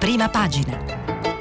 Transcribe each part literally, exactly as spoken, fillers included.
Prima pagina.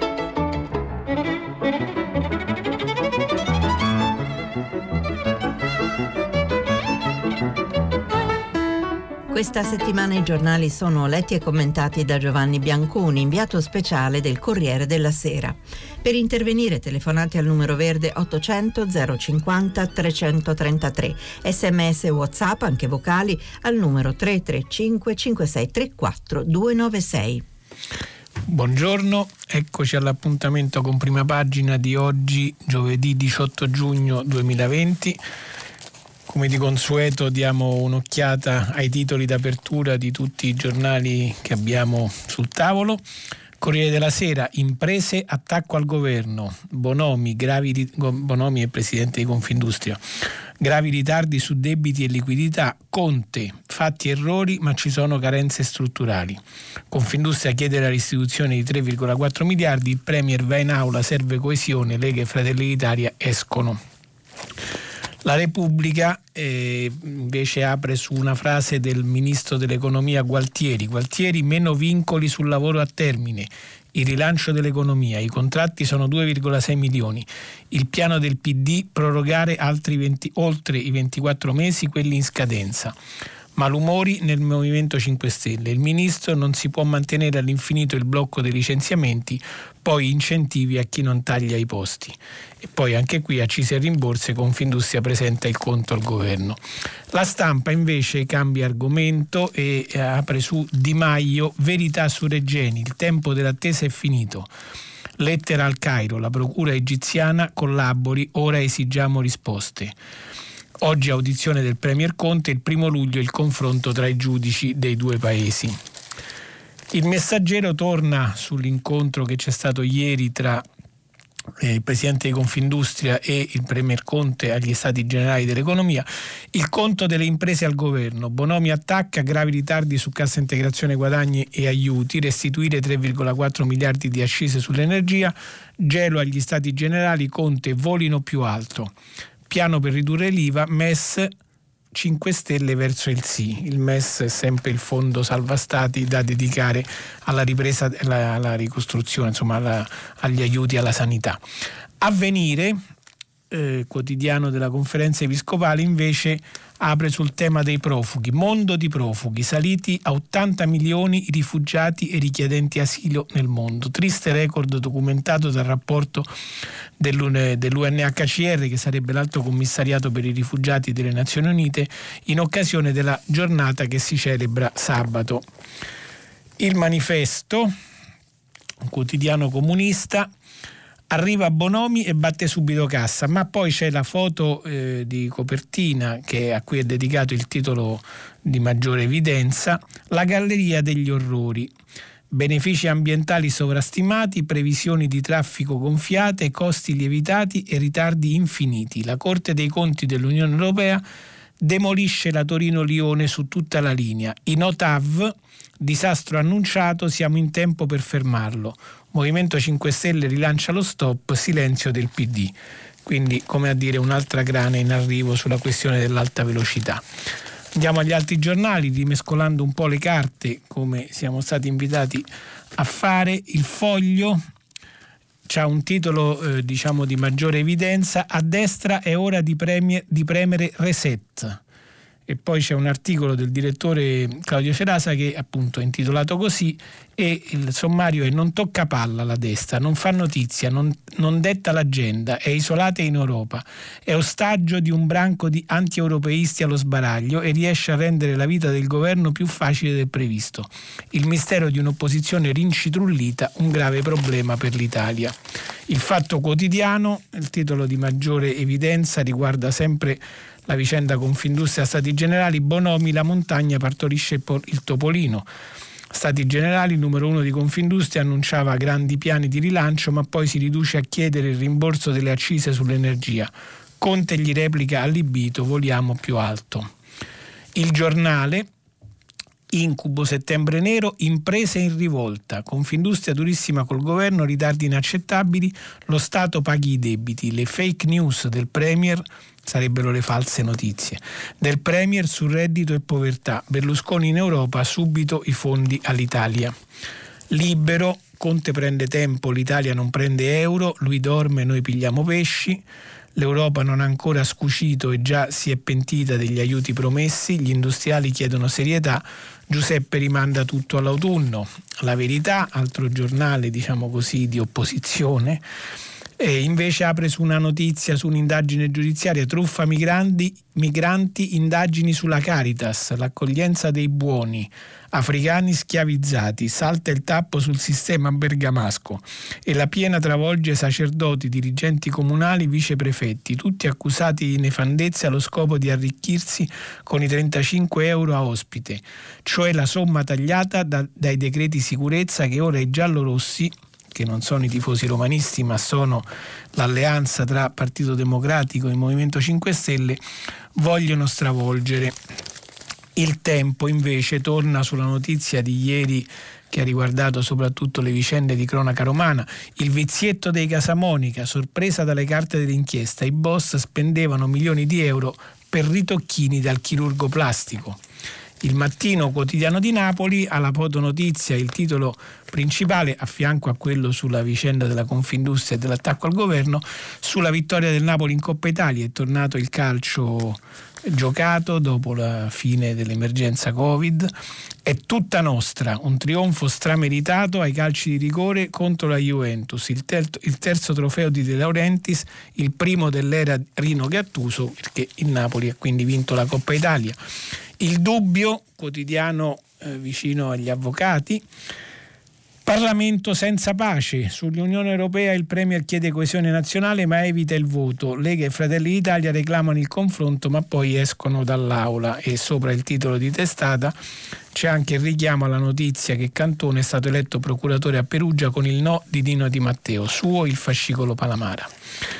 Questa settimana i giornali sono letti e commentati da Giovanni Bianconi, inviato speciale del Corriere della Sera. Per intervenire telefonate al numero verde ottocento zero cinquanta trecentotrentatré, sms e WhatsApp, anche vocali, al numero tre tre cinque cinque sei tre quattro due nove sei. Buongiorno, eccoci all'appuntamento con Prima Pagina di oggi, giovedì diciotto giugno duemilaventi. Come di consueto diamo un'occhiata ai titoli d'apertura di tutti i giornali che abbiamo sul tavolo. Corriere della Sera, imprese, attacco al governo. Bonomi, gravi, Bonomi è presidente di Confindustria. Gravi ritardi su debiti e liquidità. Conte, fatti errori ma ci sono carenze strutturali. Confindustria chiede la restituzione di tre virgola quattro miliardi. Il Premier va in aula, serve coesione. Lega e Fratelli d'Italia escono. La Repubblica eh, invece apre su una frase del ministro dell'economia Gualtieri. Gualtieri, meno vincoli sul lavoro a termine, il rilancio dell'economia, i contratti sono due virgola sei milioni, il piano del P D prorogare altri venti, oltre i ventiquattro mesi quelli in scadenza. Malumori nel Movimento cinque Stelle, il ministro non si può mantenere all'infinito il blocco dei licenziamenti, poi incentivi a chi non taglia i posti. E poi anche qui accise e rimborsi, Confindustria presenta il conto al governo. La Stampa invece cambia argomento e apre su Di Maio, verità su Regeni, il tempo dell'attesa è finito. Lettera al Cairo, la procura egiziana collabori, ora esigiamo risposte. Oggi audizione del Premier Conte, il primo luglio il confronto tra i giudici dei due paesi. Il Messaggero torna sull'incontro che c'è stato ieri tra eh, il Presidente di Confindustria e il Premier Conte agli Stati Generali dell'Economia. Il conto delle imprese al governo. Bonomi attacca, gravi ritardi su cassa integrazione guadagni e aiuti, restituire tre virgola quattro miliardi di accise sull'energia, gelo agli Stati Generali, Conte volino più alto. Piano per ridurre l'I V A, M E S cinque Stelle verso il sì. Il M E S è sempre il fondo salva stati da dedicare alla ripresa, alla, alla ricostruzione, insomma alla, agli aiuti alla sanità. Avvenire, eh, quotidiano della Conferenza Episcopale, invece apre sul tema dei profughi. Mondo di profughi, saliti a ottanta milioni i rifugiati e richiedenti asilo nel mondo. Triste record documentato dal rapporto dell'U N H C R, che sarebbe l'Alto Commissariato per i Rifugiati delle Nazioni Unite, in occasione della giornata che si celebra sabato. Il Manifesto, un quotidiano comunista, arriva Bonomi e batte subito cassa, ma poi c'è la foto eh, di copertina che a cui è dedicato il titolo di maggiore evidenza, la galleria degli orrori. Benefici ambientali sovrastimati, previsioni di traffico gonfiate, costi lievitati e ritardi infiniti. La Corte dei Conti dell'Unione Europea demolisce la Torino-Lione su tutta la linea. I no T A V, disastro annunciato, siamo in tempo per fermarlo. Movimento cinque Stelle rilancia lo stop, silenzio del P D. Quindi, come a dire, un'altra grana in arrivo sulla questione dell'alta velocità. Andiamo agli altri giornali, rimescolando un po' le carte, come siamo stati invitati a fare. Il Foglio c'ha un titolo eh, diciamo di maggiore evidenza: a destra è ora di, premier, di premere reset. E poi c'è un articolo del direttore Claudio Cerasa che appunto è intitolato così, e il sommario è: non tocca palla la destra, non fa notizia, non, non detta l'agenda, è isolata in Europa, è ostaggio di un branco di anti-europeisti allo sbaraglio e riesce a rendere la vita del governo più facile del previsto. Il mistero di un'opposizione rincitrullita, un grave problema per l'Italia. Il Fatto Quotidiano, il titolo di maggiore evidenza, riguarda sempre la vicenda Confindustria Stati Generali. Bonomi, la montagna partorisce il topolino. Stati Generali, numero uno di Confindustria, annunciava grandi piani di rilancio, ma poi si riduce a chiedere il rimborso delle accise sull'energia. Conte gli replica allibito: voliamo più alto. Il Giornale, incubo settembre nero, imprese in rivolta, Confindustria durissima col governo, ritardi inaccettabili, lo Stato paghi i debiti, le fake news del Premier, sarebbero le false notizie, del Premier su reddito e povertà, Berlusconi in Europa, subito i fondi all'Italia. Libero, Conte prende tempo, l'Italia non prende euro, lui dorme, noi pigliamo pesci. L'Europa non ha ancora scucito e già si è pentita degli aiuti promessi, gli industriali chiedono serietà, Giuseppe rimanda tutto all'autunno. La Verità, altro giornale diciamo così di opposizione, e invece apre su una notizia su un'indagine giudiziaria, truffa migranti, migranti, indagini sulla Caritas, l'accoglienza dei buoni, africani schiavizzati, salta il tappo sul sistema bergamasco e la piena travolge sacerdoti, dirigenti comunali, viceprefetti, tutti accusati di nefandezze allo scopo di arricchirsi con i trentacinque euro a ospite, cioè la somma tagliata da, dai decreti sicurezza che ora i giallorossi, che non sono i tifosi romanisti ma sono l'alleanza tra Partito Democratico e Movimento cinque Stelle, vogliono stravolgere. Il Tempo invece torna sulla notizia di ieri che ha riguardato soprattutto le vicende di cronaca romana, il vizietto dei Casamonica, sorpresa dalle carte dell'inchiesta, i boss spendevano milioni di euro per ritocchini dal chirurgo plastico. Il Mattino, quotidiano di Napoli, ha la fotonotizia, il titolo principale, a fianco a quello sulla vicenda della Confindustria e dell'attacco al governo, sulla vittoria del Napoli in Coppa Italia. È tornato il calcio giocato dopo la fine dell'emergenza Covid. È tutta nostra, un trionfo strameritato ai calci di rigore contro la Juventus, il, ter- il terzo trofeo di De Laurentiis, il primo dell'era Rino Gattuso, perché il Napoli ha quindi vinto la Coppa Italia. Il Dubbio, quotidiano eh, vicino agli avvocati. Parlamento senza pace. Sull'Unione Europea il Premier chiede coesione nazionale ma evita il voto. Lega e Fratelli d'Italia reclamano il confronto ma poi escono dall'aula, e sopra il titolo di testata c'è anche il richiamo alla notizia che Cantone è stato eletto procuratore a Perugia con il no di Dino Di Matteo, suo il fascicolo Palamara.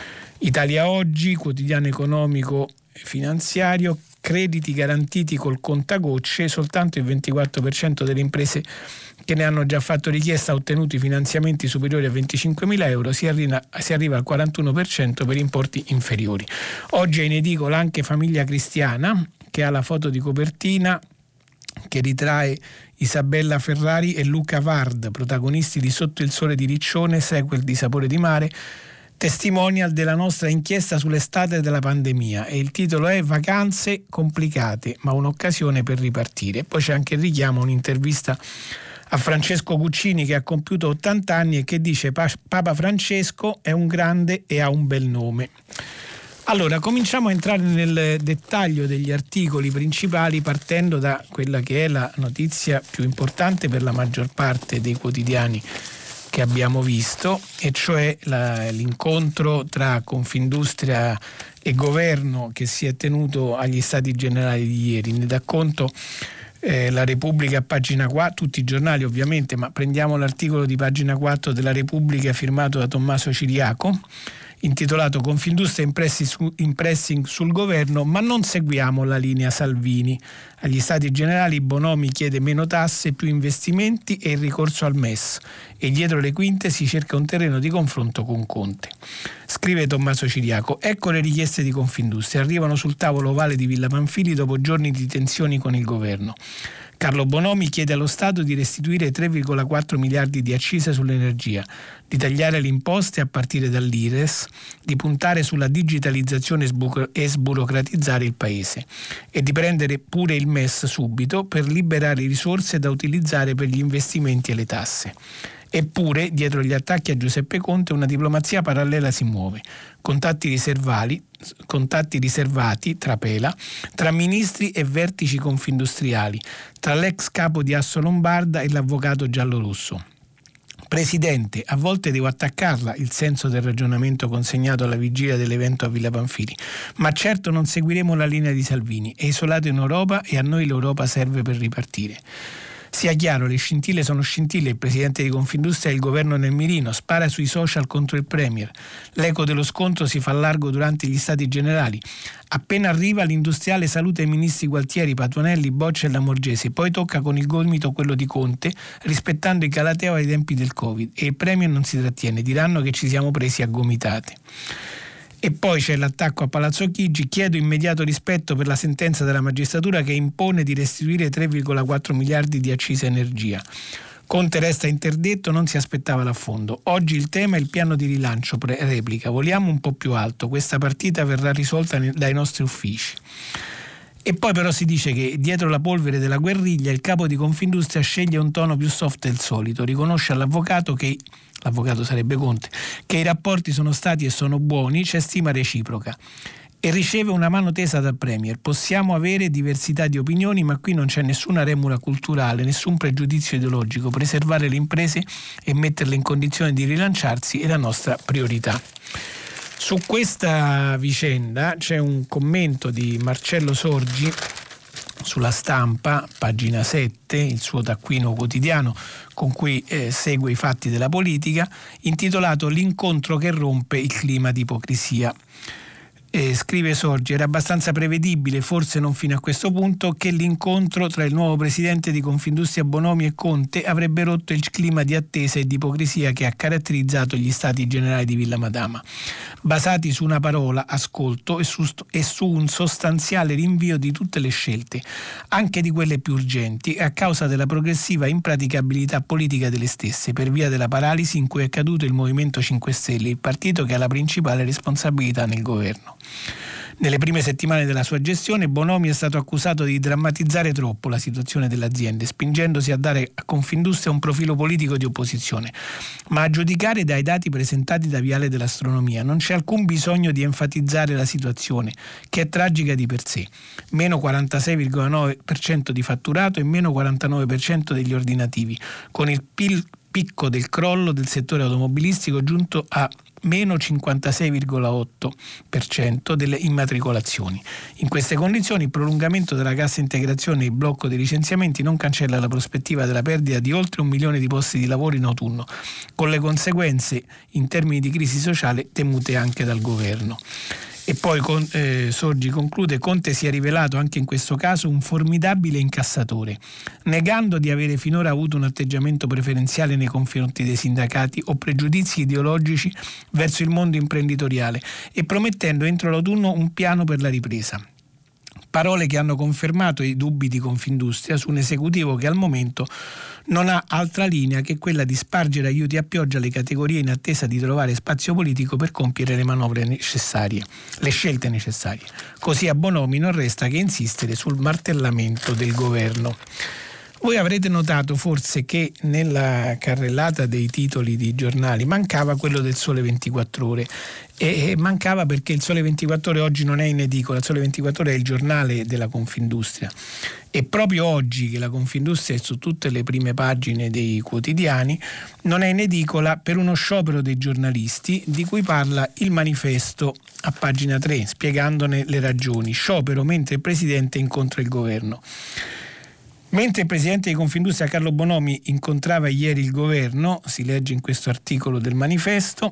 Italia Oggi, quotidiano economico e finanziario. Crediti garantiti col contagocce, soltanto il ventiquattro per cento delle imprese che ne hanno già fatto richiesta ha ottenuto i finanziamenti superiori a venticinquemila euro, si arriva, si arriva al quarantuno per cento per importi inferiori. Oggi è in edicola anche Famiglia Cristiana, che ha la foto di copertina che ritrae Isabella Ferrari e Luca Vard, protagonisti di Sotto il sole di Riccione, sequel di Sapore di mare, testimonial della nostra inchiesta sull'estate della pandemia, e il titolo è Vacanze complicate ma un'occasione per ripartire. Poi c'è anche il richiamo a un'intervista a Francesco Guccini, che ha compiuto ottanta anni e che dice Papa Francesco è un grande e ha un bel nome. Allora, cominciamo a entrare nel dettaglio degli articoli principali, partendo da quella che è la notizia più importante per la maggior parte dei quotidiani che abbiamo visto, e cioè la, l'incontro tra Confindustria e governo che si è tenuto agli Stati Generali di ieri. Ne dà conto eh, la Repubblica a pagina quattro, tutti i giornali ovviamente, ma prendiamo l'articolo di pagina quattro della Repubblica firmato da Tommaso Ciriaco, intitolato Confindustria in pressing, su, in pressing sul governo, ma non seguiamo la linea Salvini. Agli Stati Generali Bonomi chiede meno tasse, più investimenti e il ricorso al M E S, e dietro le quinte si cerca un terreno di confronto con Conte. Scrive Tommaso Ciriaco, ecco le richieste di Confindustria, arrivano sul tavolo ovale di Villa Pamphili dopo giorni di tensioni con il governo. Carlo Bonomi chiede allo Stato di restituire tre virgola quattro miliardi di accise sull'energia, di tagliare le imposte a partire dall'I R E S, di puntare sulla digitalizzazione e sburocratizzare il Paese, e di prendere pure il M E S subito per liberare risorse da utilizzare per gli investimenti e le tasse. Eppure, dietro gli attacchi a Giuseppe Conte, una diplomazia parallela si muove. Contatti riservati, contatti riservati, trapela, tra ministri e vertici confindustriali, tra l'ex capo di Assolombarda e l'avvocato giallorosso. Presidente, a volte devo attaccarla, il senso del ragionamento consegnato alla vigilia dell'evento a Villa Pamphili, ma certo non seguiremo la linea di Salvini, è isolato in Europa e a noi l'Europa serve per ripartire. Sia chiaro, le scintille sono scintille, il presidente di Confindustria è il governo nel mirino, spara sui social contro il Premier. L'eco dello scontro si fa largo durante gli Stati Generali. Appena arriva l'industriale saluta i ministri Gualtieri, Patuanelli, Boccia e Lamorgese, poi tocca con il gomito quello di Conte, rispettando i Galateo ai tempi del Covid, e il Premier non si trattiene, diranno che ci siamo presi a gomitate. E poi c'è l'attacco a Palazzo Chigi, chiedo immediato rispetto per la sentenza della magistratura che impone di restituire tre virgola quattro miliardi di accise energia. Conte resta interdetto, non si aspettava l'affondo. Oggi il tema è il piano di rilancio, pre- replica. Voliamo un po' più alto, questa partita verrà risolta ne- dai nostri uffici. E poi però si dice che dietro la polvere della guerriglia il capo di Confindustria sceglie un tono più soft del solito, riconosce all'avvocato che, l'avvocato sarebbe Conte, che i rapporti sono stati e sono buoni, c'è stima reciproca. E riceve una mano tesa dal Premier. Possiamo avere diversità di opinioni, ma qui non c'è nessuna remora culturale, nessun pregiudizio ideologico. Preservare le imprese e metterle in condizione di rilanciarsi è la nostra priorità. Su questa vicenda c'è un commento di Marcello Sorgi sulla Stampa, pagina sette, il suo taccuino quotidiano con cui eh, segue i fatti della politica, intitolato "L'incontro che rompe il clima di ipocrisia". Eh, scrive Sorgi: era abbastanza prevedibile, forse non fino a questo punto, che l'incontro tra il nuovo presidente di Confindustria Bonomi e Conte avrebbe rotto il clima di attesa e di ipocrisia che ha caratterizzato gli stati generali di Villa Madama, basati su una parola, ascolto, e su, e su un sostanziale rinvio di tutte le scelte, anche di quelle più urgenti, a causa della progressiva impraticabilità politica delle stesse, per via della paralisi in cui è caduto il Movimento cinque Stelle, il partito che ha la principale responsabilità nel governo. Nelle prime settimane della sua gestione Bonomi è stato accusato di drammatizzare troppo la situazione dell'azienda, spingendosi a dare a Confindustria un profilo politico di opposizione. Ma a giudicare dai dati presentati da Viale dell'Astronomia non c'è alcun bisogno di enfatizzare la situazione, che è tragica di per sé. Meno quarantasei virgola nove per cento di fatturato e meno quarantanove per cento degli ordinativi, con il P I L picco del crollo del settore automobilistico giunto a meno cinquantasei virgola otto per cento delle immatricolazioni. In queste condizioni il prolungamento della cassa integrazione e il blocco dei licenziamenti non cancella la prospettiva della perdita di oltre un milione di posti di lavoro in autunno, con le conseguenze in termini di crisi sociale temute anche dal governo. E poi con, eh, Sorgi conclude: Conte si è rivelato anche in questo caso un formidabile incassatore, negando di avere finora avuto un atteggiamento preferenziale nei confronti dei sindacati o pregiudizi ideologici verso il mondo imprenditoriale e promettendo entro l'autunno un piano per la ripresa. Parole che hanno confermato i dubbi di Confindustria su un esecutivo che al momento non ha altra linea che quella di spargere aiuti a pioggia alle categorie in attesa di trovare spazio politico per compiere le manovre necessarie, le scelte necessarie. Così a Bonomi non resta che insistere sul martellamento del governo. Voi avrete notato forse che nella carrellata dei titoli di giornali mancava quello del Sole ventiquattro Ore, e mancava perché il Sole ventiquattro Ore oggi non è in edicola. Il Sole ventiquattro Ore è il giornale della Confindustria e proprio oggi, che la Confindustria è su tutte le prime pagine dei quotidiani, non è in edicola per uno sciopero dei giornalisti di cui parla il Manifesto a pagina tre, spiegandone le ragioni. Sciopero mentre il Presidente incontra il governo. Mentre il presidente di Confindustria Carlo Bonomi incontrava ieri il governo, si legge in questo articolo del Manifesto,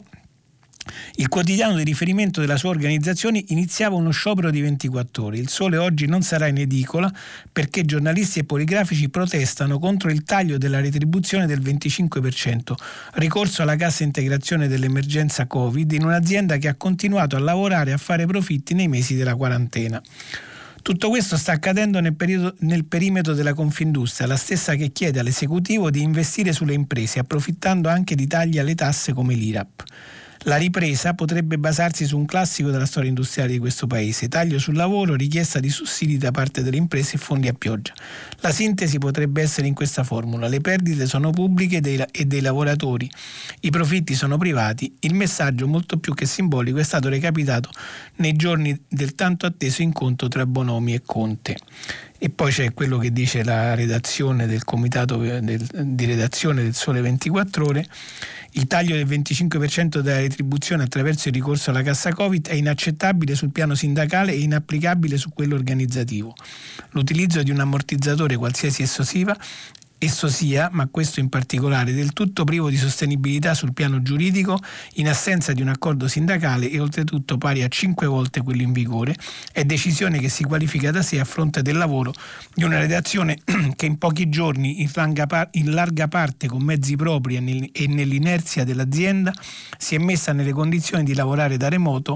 il quotidiano di riferimento della sua organizzazione iniziava uno sciopero di ventiquattro ore. Il Sole oggi non sarà in edicola perché giornalisti e poligrafici protestano contro il taglio della retribuzione del venticinque per cento, ricorso alla cassa integrazione dell'emergenza Covid in un'azienda che ha continuato a lavorare e a fare profitti nei mesi della quarantena. Tutto questo sta accadendo nel, periodo, nel perimetro della Confindustria, la stessa che chiede all'esecutivo di investire sulle imprese, approfittando anche di tagli alle tasse come l'I R A P. La ripresa potrebbe basarsi su un classico della storia industriale di questo paese: taglio sul lavoro, richiesta di sussidi da parte delle imprese e fondi a pioggia. La sintesi potrebbe essere in questa formula: le perdite sono pubbliche dei, e dei lavoratori, i profitti sono privati. Il messaggio, molto più che simbolico, è stato recapitato nei giorni del tanto atteso incontro tra Bonomi e Conte. E poi c'è quello che dice la redazione del comitato del, di redazione del Sole ventiquattro Ore. Il taglio del venticinque per cento della retribuzione attraverso il ricorso alla cassa Covid è inaccettabile sul piano sindacale e inapplicabile su quello organizzativo. L'utilizzo di un ammortizzatore, qualsiasi esso sia, esso sia, ma questo in particolare, del tutto privo di sostenibilità sul piano giuridico, in assenza di un accordo sindacale e oltretutto pari a cinque volte quello in vigore, è decisione che si qualifica da sé a fronte del lavoro di una redazione che in pochi giorni, in, par- in larga parte con mezzi propri e, nel- e nell'inerzia dell'azienda, si è messa nelle condizioni di lavorare da remoto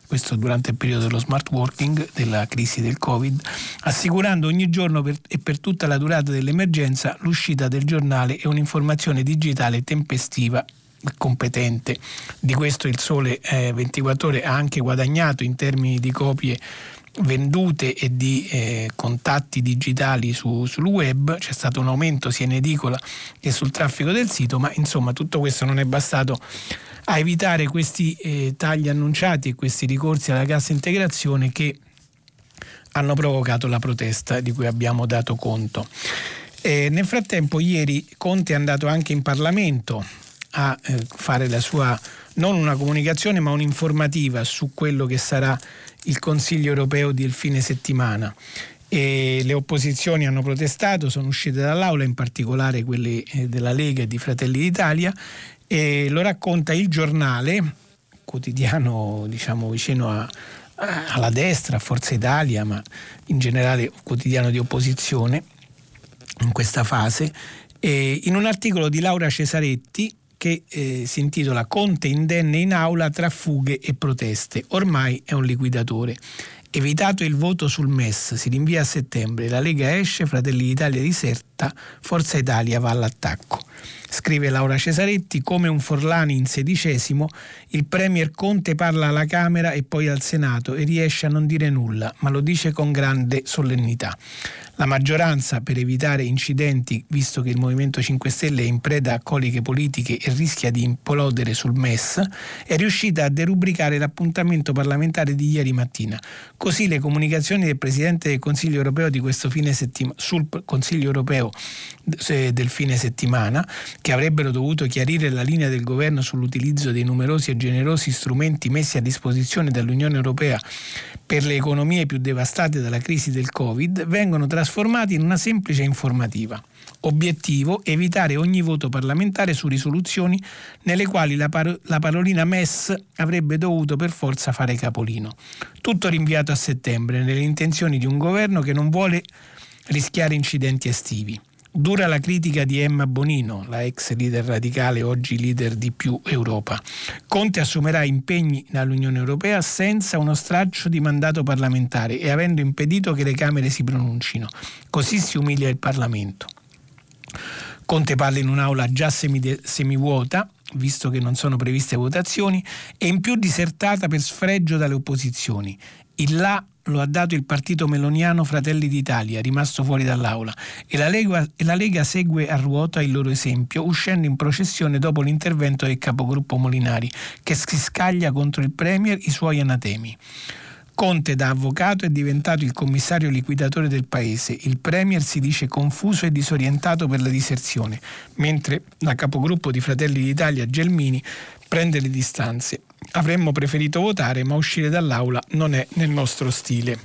questo durante il periodo dello smart working, della crisi del Covid, assicurando ogni giorno per, e per tutta la durata dell'emergenza l'uscita del giornale e un'informazione digitale tempestiva e competente. Di questo il Sole eh, ventiquattro Ore ha anche guadagnato in termini di copie vendute e di eh, contatti digitali su, sul web. C'è stato un aumento sia in edicola che sul traffico del sito, ma insomma tutto questo non è bastato a evitare questi eh, tagli annunciati e questi ricorsi alla cassa integrazione che hanno provocato la protesta di cui abbiamo dato conto. Eh, nel frattempo ieri Conte è andato anche in Parlamento a eh, fare la sua, non una comunicazione ma un'informativa su quello che sarà il Consiglio europeo del fine settimana. E le opposizioni hanno protestato, sono uscite dall'aula, in particolare quelle eh, della Lega e di Fratelli d'Italia, e lo racconta Il Giornale, quotidiano diciamo vicino a, a, alla destra, a Forza Italia, ma in generale quotidiano di opposizione in questa fase, e in un articolo di Laura Cesaretti che eh, si intitola Conte indenne in aula tra fughe e proteste, ormai è un liquidatore. Evitato il voto sul M E S, si rinvia a settembre, la Lega esce, Fratelli d'Italia diserta, Forza Italia va all'attacco. Scrive Laura Cesaretti, come un Forlani in sedicesimo, il premier Conte parla alla Camera e poi al Senato e riesce a non dire nulla, ma lo dice con grande solennità. La maggioranza, per evitare incidenti, visto che il Movimento cinque Stelle è in preda a coliche politiche e rischia di implodere sul M E S, è riuscita a derubricare l'appuntamento parlamentare di ieri mattina. Così le comunicazioni del Presidente del Consiglio europeo di questo fine settimana, sul Consiglio europeo del fine settimana, che avrebbero dovuto chiarire la linea del governo sull'utilizzo dei numerosi e generosi strumenti messi a disposizione dall'Unione Europea per le economie più devastate dalla crisi del Covid, vengono trasformati in una semplice informativa. Obiettivo: evitare ogni voto parlamentare su risoluzioni nelle quali la, paro- la parolina M E S avrebbe dovuto per forza fare capolino. Tutto rinviato a settembre, nelle intenzioni di un governo che non vuole rischiare incidenti estivi. Dura la critica di Emma Bonino, la ex leader radicale, oggi leader di Più Europa. Conte assumerà impegni dall'Unione Europea senza uno straccio di mandato parlamentare e avendo impedito che le Camere si pronuncino. Così si umilia il Parlamento. Conte parla in un'aula già semide- semivuota, visto che non sono previste votazioni, e in più disertata per sfregio dalle opposizioni. Il là lo ha dato il partito meloniano Fratelli d'Italia, rimasto fuori dall'aula, e la Lega, e la Lega segue a ruota il loro esempio, uscendo in processione dopo l'intervento del capogruppo Molinari, che si scaglia contro il Premier i suoi anatemi. Conte, da avvocato, è diventato il commissario liquidatore del paese. Il Premier si dice confuso e disorientato per la diserzione, mentre la capogruppo di Fratelli d'Italia, Gelmini, prende le distanze. Avremmo preferito votare, ma uscire dall'aula non è nel nostro stile.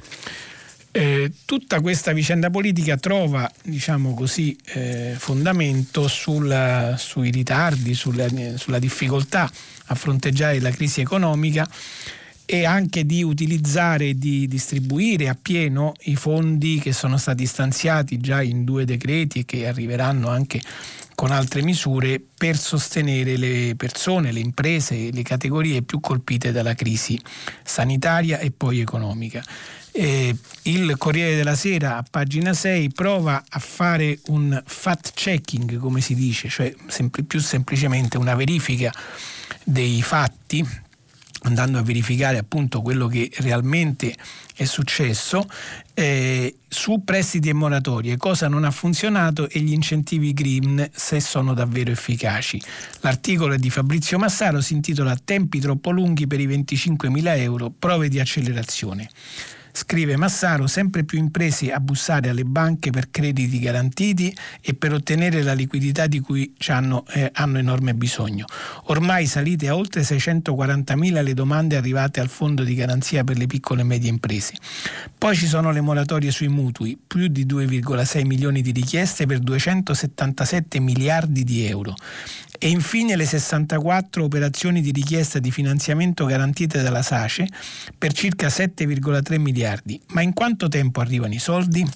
Eh, tutta questa vicenda politica trova, diciamo così, eh, fondamento sulla, sui ritardi, sulla, sulla difficoltà a fronteggiare la crisi economica e anche di utilizzare e di distribuire appieno i fondi che sono stati stanziati già in due decreti e che arriveranno anche con altre misure per sostenere le persone, le imprese, le categorie più colpite dalla crisi sanitaria e poi economica. Eh, il Corriere della Sera, a pagina sei, prova a fare un fact checking, come si dice, cioè sempl- più semplicemente una verifica dei fatti, andando a verificare appunto quello che realmente è successo, eh, su prestiti e moratorie, cosa non ha funzionato e gli incentivi green, se sono davvero efficaci. L'articolo è di Fabrizio Massaro, si intitola Tempi troppo lunghi per i venticinquemila euro, prove di accelerazione. Scrive Massaro, sempre più imprese a bussare alle banche per crediti garantiti e per ottenere la liquidità di cui hanno, eh, hanno enorme bisogno. Ormai salite a oltre seicentoquarantamila le domande arrivate al fondo di garanzia per le piccole e medie imprese. Poi ci sono le moratorie sui mutui, più di due virgola sei milioni di richieste per duecentosettantasette miliardi di euro. E infine le sessantaquattro operazioni di richiesta di finanziamento garantite dalla SACE per circa sette virgola tre miliardi. Ma in quanto tempo arrivano i soldi?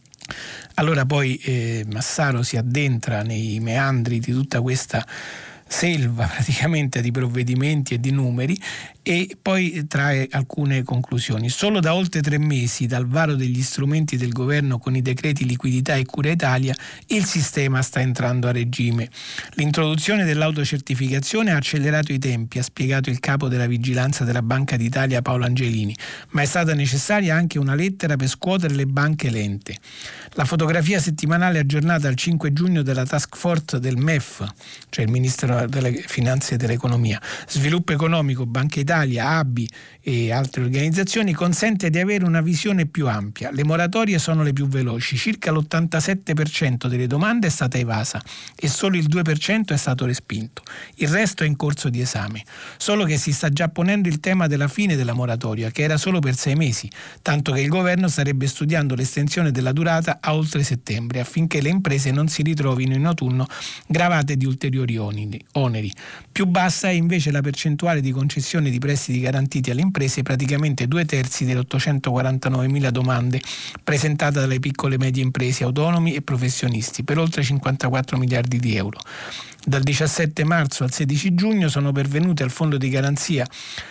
Allora poi eh, Massaro si addentra nei meandri di tutta questa selva praticamente di provvedimenti e di numeri, e poi trae alcune conclusioni. Solo da oltre tre mesi dal varo degli strumenti del governo con i decreti liquidità e cura Italia, il sistema sta entrando a regime. L'introduzione dell'autocertificazione ha accelerato i tempi, ha spiegato il capo della vigilanza della Banca d'Italia Paolo Angelini, ma è stata necessaria anche una lettera per scuotere le banche lente. La fotografia settimanale aggiornata al cinque giugno della task force del M E F, cioè il Ministero delle Finanze e dell'Economia, Sviluppo Economico, Banca Italia, A B I e altre organizzazioni, consente di avere una visione più ampia. Le moratorie sono le più veloci, circa l'ottantasette per cento delle domande è stata evasa e solo il due per cento è stato respinto. Il resto è in corso di esame, solo che si sta già ponendo il tema della fine della moratoria, che era solo per sei mesi, tanto che il governo starebbe studiando l'estensione della durata a oltre settembre, affinché le imprese non si ritrovino in autunno gravate di ulteriori oneri. Più bassa è invece la percentuale di concessione di prestiti garantiti alle imprese, praticamente due terzi delle ottocentoquarantanovemila domande presentate dalle piccole e medie imprese, autonomi e professionisti, per oltre cinquantaquattro miliardi di euro. Dal diciassette marzo al sedici giugno sono pervenute al fondo di garanzia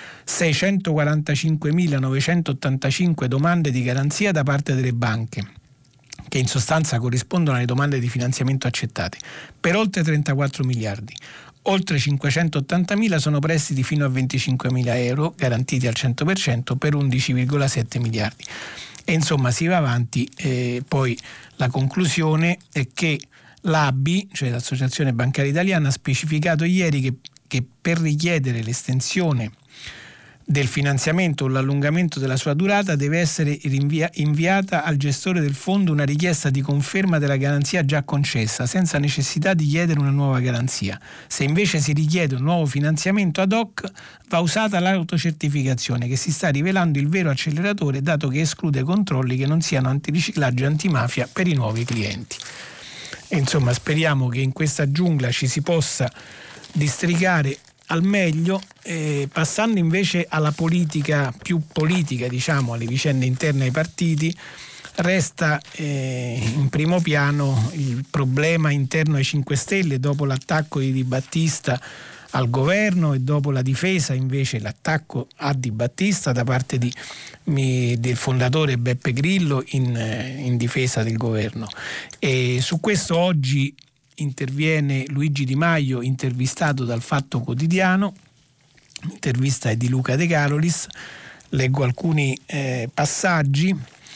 seicentoquarantacinquemilanovecentottantacinque domande di garanzia da parte delle banche, che in sostanza corrispondono alle domande di finanziamento accettate, per oltre trentaquattro miliardi. Oltre cinquecentottantamila sono prestiti fino a venticinquemila euro, garantiti al cento per cento, per undici virgola sette miliardi. E insomma si va avanti. Eh, poi la conclusione è che l'A B I, cioè l'Associazione Bancaria Italiana, ha specificato ieri che, che per richiedere l'estensione del finanziamento o l'allungamento della sua durata deve essere rinvia- inviata al gestore del fondo una richiesta di conferma della garanzia già concessa, senza necessità di chiedere una nuova garanzia. Se invece si richiede un nuovo finanziamento ad hoc, va usata l'autocertificazione, che si sta rivelando il vero acceleratore, dato che esclude controlli che non siano antiriciclaggio e antimafia per i nuovi clienti. E insomma, speriamo che in questa giungla ci si possa districare al meglio, eh, passando invece alla politica, più politica, diciamo, alle vicende interne ai partiti. Resta eh, in primo piano il problema interno ai cinque Stelle dopo l'attacco di Di Battista al governo e dopo la difesa invece l'attacco a Di Battista da parte di, mi, del fondatore Beppe Grillo in, in difesa del governo. E su questo oggi interviene Luigi Di Maio, intervistato dal Fatto Quotidiano. L'intervista è di Luca De Carolis, leggo alcuni eh, passaggi.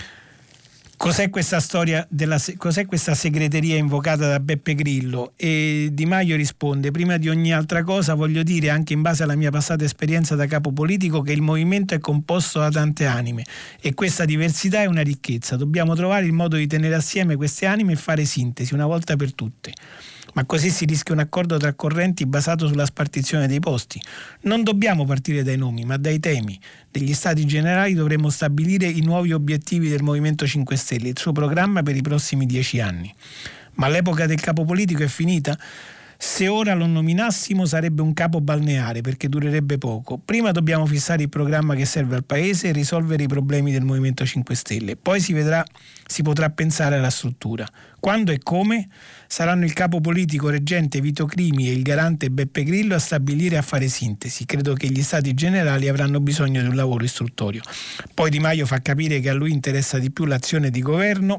Cos'è questa storia della, cos'è questa segreteria invocata da Beppe Grillo? E Di Maio risponde: prima di ogni altra cosa voglio dire, anche in base alla mia passata esperienza da capo politico, che il movimento è composto da tante anime e questa diversità è una ricchezza. Dobbiamo trovare il modo di tenere assieme queste anime e fare sintesi una volta per tutte. Ma così si rischia un accordo tra correnti basato sulla spartizione dei posti. Non dobbiamo partire dai nomi, ma dai temi. Degli stati generali dovremo stabilire i nuovi obiettivi del Movimento cinque Stelle, il suo programma per i prossimi dieci anni. Ma l'epoca del capo politico è finita? Se ora lo nominassimo sarebbe un capo balneare, perché durerebbe poco. Prima dobbiamo fissare il programma che serve al Paese e risolvere i problemi del Movimento cinque Stelle. Poi si vedrà, si potrà pensare alla struttura. Quando e come? Saranno il capo politico reggente Vito Crimi e il garante Beppe Grillo a stabilire e a fare sintesi. Credo che gli stati generali avranno bisogno di un lavoro istruttorio. Poi Di Maio fa capire che a lui interessa di più l'azione di governo.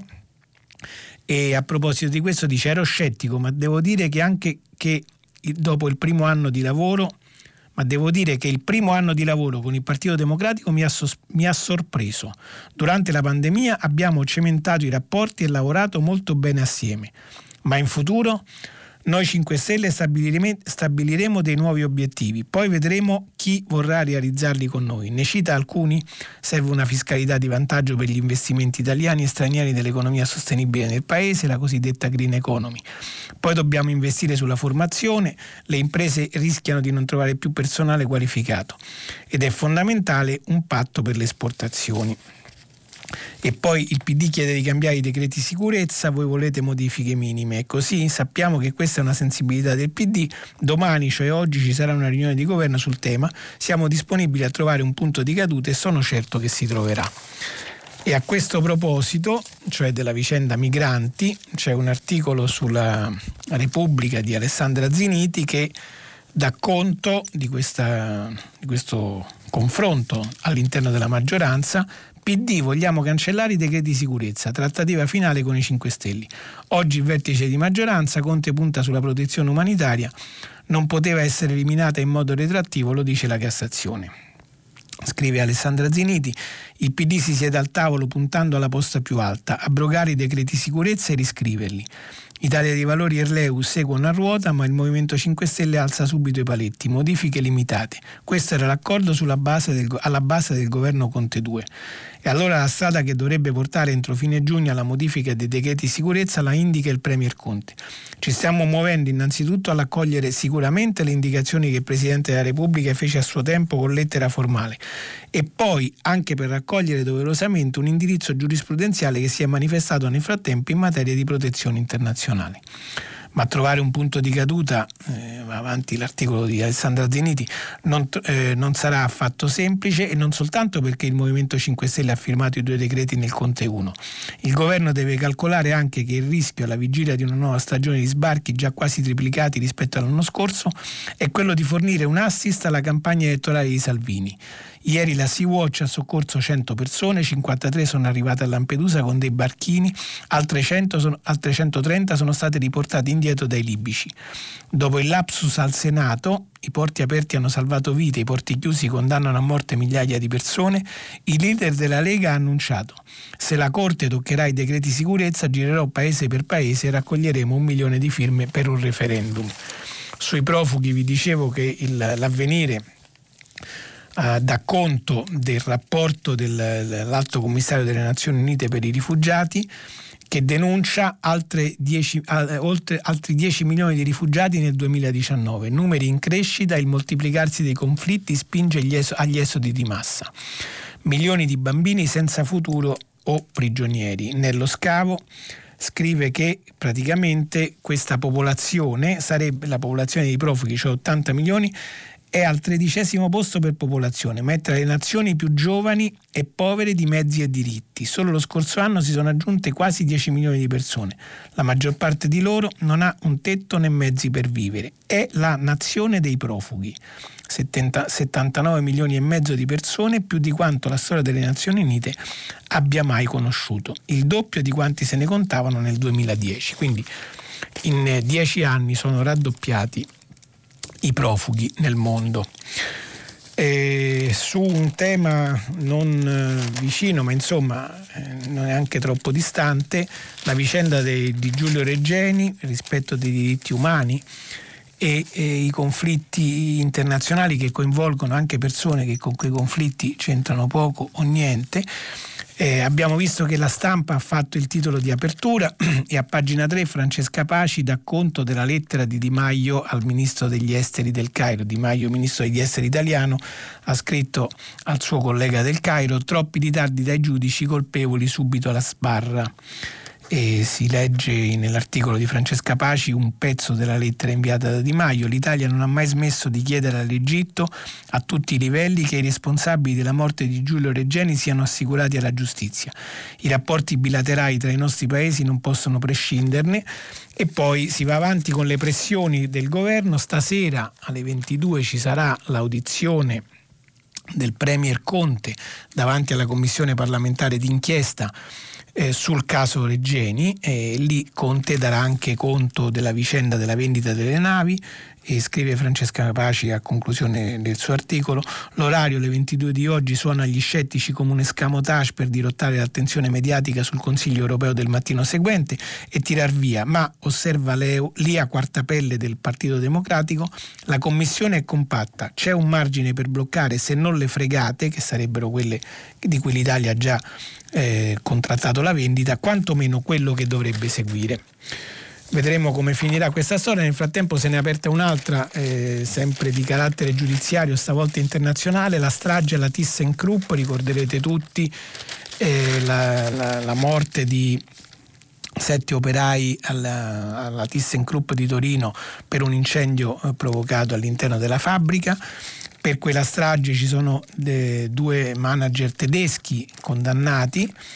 E a proposito di questo dice: ero scettico, ma devo dire che anche che dopo il primo anno di lavoro, ma devo dire che il primo anno di lavoro con il Partito Democratico mi ha, sos- mi ha sorpreso. Durante la pandemia abbiamo cementato i rapporti e lavorato molto bene assieme. Ma in futuro noi cinque Stelle stabiliremo, stabiliremo dei nuovi obiettivi, poi vedremo chi vorrà realizzarli con noi. Ne cita alcuni: serve una fiscalità di vantaggio per gli investimenti italiani e stranieri dell'economia sostenibile nel Paese, la cosiddetta green economy. Poi dobbiamo investire sulla formazione, le imprese rischiano di non trovare più personale qualificato ed è fondamentale un patto per le esportazioni. E poi il P D chiede di cambiare i decreti sicurezza, voi volete modifiche minime. E così sappiamo che questa è una sensibilità del P D. Domani, cioè oggi, ci sarà una riunione di governo sul tema. Siamo disponibili a trovare un punto di caduta e sono certo che si troverà. E a questo proposito, cioè della vicenda migranti, c'è un articolo sulla Repubblica di Alessandra Ziniti che dà conto di, questa, di questo confronto all'interno della maggioranza. P D, vogliamo cancellare i decreti di sicurezza, trattativa finale con i cinque Stelle. Oggi il vertice di maggioranza, Conte punta sulla protezione umanitaria, non poteva essere eliminata in modo retroattivo, lo dice la Cassazione. Scrive Alessandra Ziniti, il P D si siede al tavolo puntando alla posta più alta, abrogare i decreti di sicurezza e riscriverli. Italia dei Valori e R L E U seguono a ruota, ma il Movimento cinque Stelle alza subito i paletti, modifiche limitate. Questo era l'accordo sulla base del, alla base del governo Conte due. E allora la strada che dovrebbe portare entro fine giugno alla modifica dei decreti di sicurezza la indica il Premier Conte. Ci stiamo muovendo innanzitutto all'accogliere sicuramente le indicazioni che il Presidente della Repubblica fece a suo tempo con lettera formale e poi anche per raccogliere doverosamente un indirizzo giurisprudenziale che si è manifestato nel frattempo in materia di protezione internazionale. Ma trovare un punto di caduta, eh, avanti l'articolo di Alessandra Ziniti, non, eh, non sarà affatto semplice, e non soltanto perché il Movimento cinque Stelle ha firmato i due decreti nel Conte uno. Il governo deve calcolare anche che il rischio alla vigilia di una nuova stagione di sbarchi già quasi triplicati rispetto all'anno scorso è quello di fornire un assist alla campagna elettorale di Salvini. Ieri la Sea-Watch ha soccorso cento persone, cinquantatré sono arrivate a Lampedusa con dei barchini, altre, cento sono, altre centotrenta sono state riportate indietro dai libici. Dopo il lapsus al Senato, i porti aperti hanno salvato vite, i porti chiusi condannano a morte migliaia di persone, il leader della Lega ha annunciato: se la Corte toccherà i decreti sicurezza girerò paese per paese e raccoglieremo un milione di firme per un referendum. Sui profughi vi dicevo che il, l'Avvenire Uh, dà conto del rapporto del, dell'Alto Commissario delle Nazioni Unite per i rifugiati, che denuncia altre dieci, uh, oltre, altri dieci milioni di rifugiati nel duemiladiciannove, numeri in crescita, il moltiplicarsi dei conflitti spinge gli es- agli esodi di massa. Milioni di bambini senza futuro o prigionieri. Nello scavo scrive che praticamente questa popolazione sarebbe, la popolazione dei profughi, cioè ottanta milioni, è al tredicesimo posto per popolazione, ma è tra le nazioni più giovani e povere di mezzi e diritti. Solo lo scorso anno si sono aggiunte quasi dieci milioni di persone. La maggior parte di loro non ha un tetto né mezzi per vivere. È la nazione dei profughi. settanta, settantanove milioni e mezzo di persone, più di quanto la storia delle Nazioni Unite abbia mai conosciuto. Il doppio di quanti se ne contavano nel duemiladieci. Quindi in dieci anni sono raddoppiati i profughi nel mondo. E su un tema non eh, vicino, ma insomma eh, non è anche troppo distante, la vicenda de, di Giulio Regeni, il rispetto dei diritti umani e, e i conflitti internazionali che coinvolgono anche persone che con quei conflitti c'entrano poco o niente. Eh, abbiamo visto che la Stampa ha fatto il titolo di apertura e a pagina tre Francesca Paci dà conto della lettera di Di Maio al ministro degli esteri del Cairo. Di Maio, ministro degli esteri italiano, ha scritto al suo collega del Cairo: troppi ritardi dai giudici, colpevoli subito alla sbarra. E si legge nell'articolo di Francesca Paci un pezzo della lettera inviata da Di Maio: l'Italia non ha mai smesso di chiedere all'Egitto a tutti i livelli che i responsabili della morte di Giulio Regeni siano assicurati alla giustizia. I rapporti bilaterali tra i nostri paesi non possono prescinderne. E poi si va avanti con le pressioni del governo. Stasera alle ventidue ci sarà l'audizione del Premier Conte davanti alla Commissione parlamentare d'inchiesta Eh, sul caso Regeni, e lì Conte darà anche conto della vicenda della vendita delle navi. E scrive Francesca Paci a conclusione del suo articolo: l'orario alle ventidue di oggi suona agli scettici come un escamotage per dirottare l'attenzione mediatica sul Consiglio europeo del mattino seguente e tirar via, ma osserva Leo, Lia Quartapelle del Partito Democratico, la commissione è compatta, c'è un margine per bloccare, se non le fregate, che sarebbero quelle di cui l'Italia ha già eh, contrattato la vendita, quantomeno quello che dovrebbe seguire. Vedremo come finirà questa storia. Nel frattempo se ne è aperta un'altra, eh, sempre di carattere giudiziario, stavolta internazionale, la strage alla ThyssenKrupp. Ricorderete tutti eh, la, la, la morte di sette operai alla, alla ThyssenKrupp di Torino per un incendio eh, provocato all'interno della fabbrica. Per quella strage ci sono de, due manager tedeschi condannati.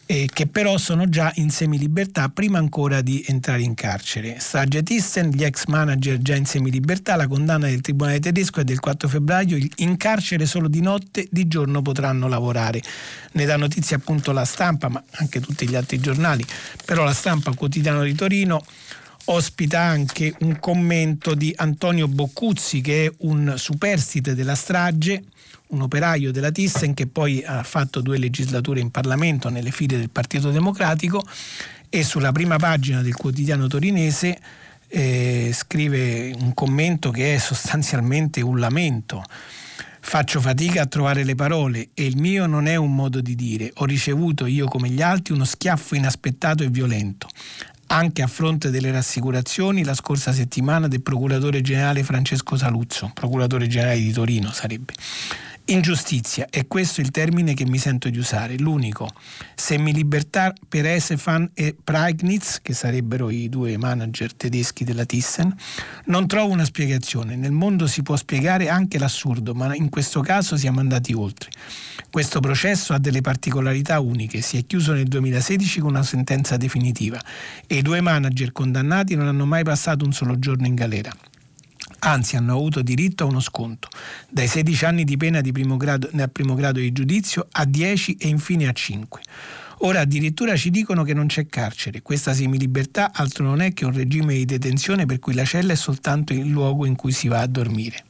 eh, che però sono già in semilibertà prima ancora di entrare in carcere. Strage Thyssen, gli ex manager già in semilibertà, la condanna del tribunale tedesco è del quattro febbraio, in carcere solo di notte, di giorno potranno lavorare. Ne dà notizia appunto La Stampa, ma anche tutti gli altri giornali, però La Stampa, quotidiano di Torino, ospita anche un commento di Antonio Boccuzzi, che è un superstite della strage, un operaio della Thyssen che poi ha fatto due legislature in Parlamento nelle file del Partito Democratico, e sulla prima pagina del quotidiano torinese eh, scrive un commento che è sostanzialmente un lamento. Faccio fatica a trovare le parole e il mio non è un modo di dire. Ho ricevuto, io come gli altri, uno schiaffo inaspettato e violento. Anche a fronte delle rassicurazioni la scorsa settimana del procuratore generale Francesco Saluzzo, procuratore generale di Torino sarebbe. Ingiustizia, è questo il termine che mi sento di usare, l'unico. Semilibertà per Esefan e Preignitz, che sarebbero i due manager tedeschi della Thyssen, non trovo una spiegazione. Nel mondo si può spiegare anche l'assurdo, ma in questo caso siamo andati oltre. Questo processo ha delle particolarità uniche, si è chiuso nel duemilasedici con una sentenza definitiva e i due manager condannati non hanno mai passato un solo giorno in galera. Anzi, hanno avuto diritto a uno sconto, dai sedici anni di pena di primo grado, nel primo grado di giudizio a dieci e infine a cinque. Ora addirittura ci dicono che non c'è carcere. Questa semilibertà altro non è che un regime di detenzione per cui la cella è soltanto il luogo in cui si va a dormire.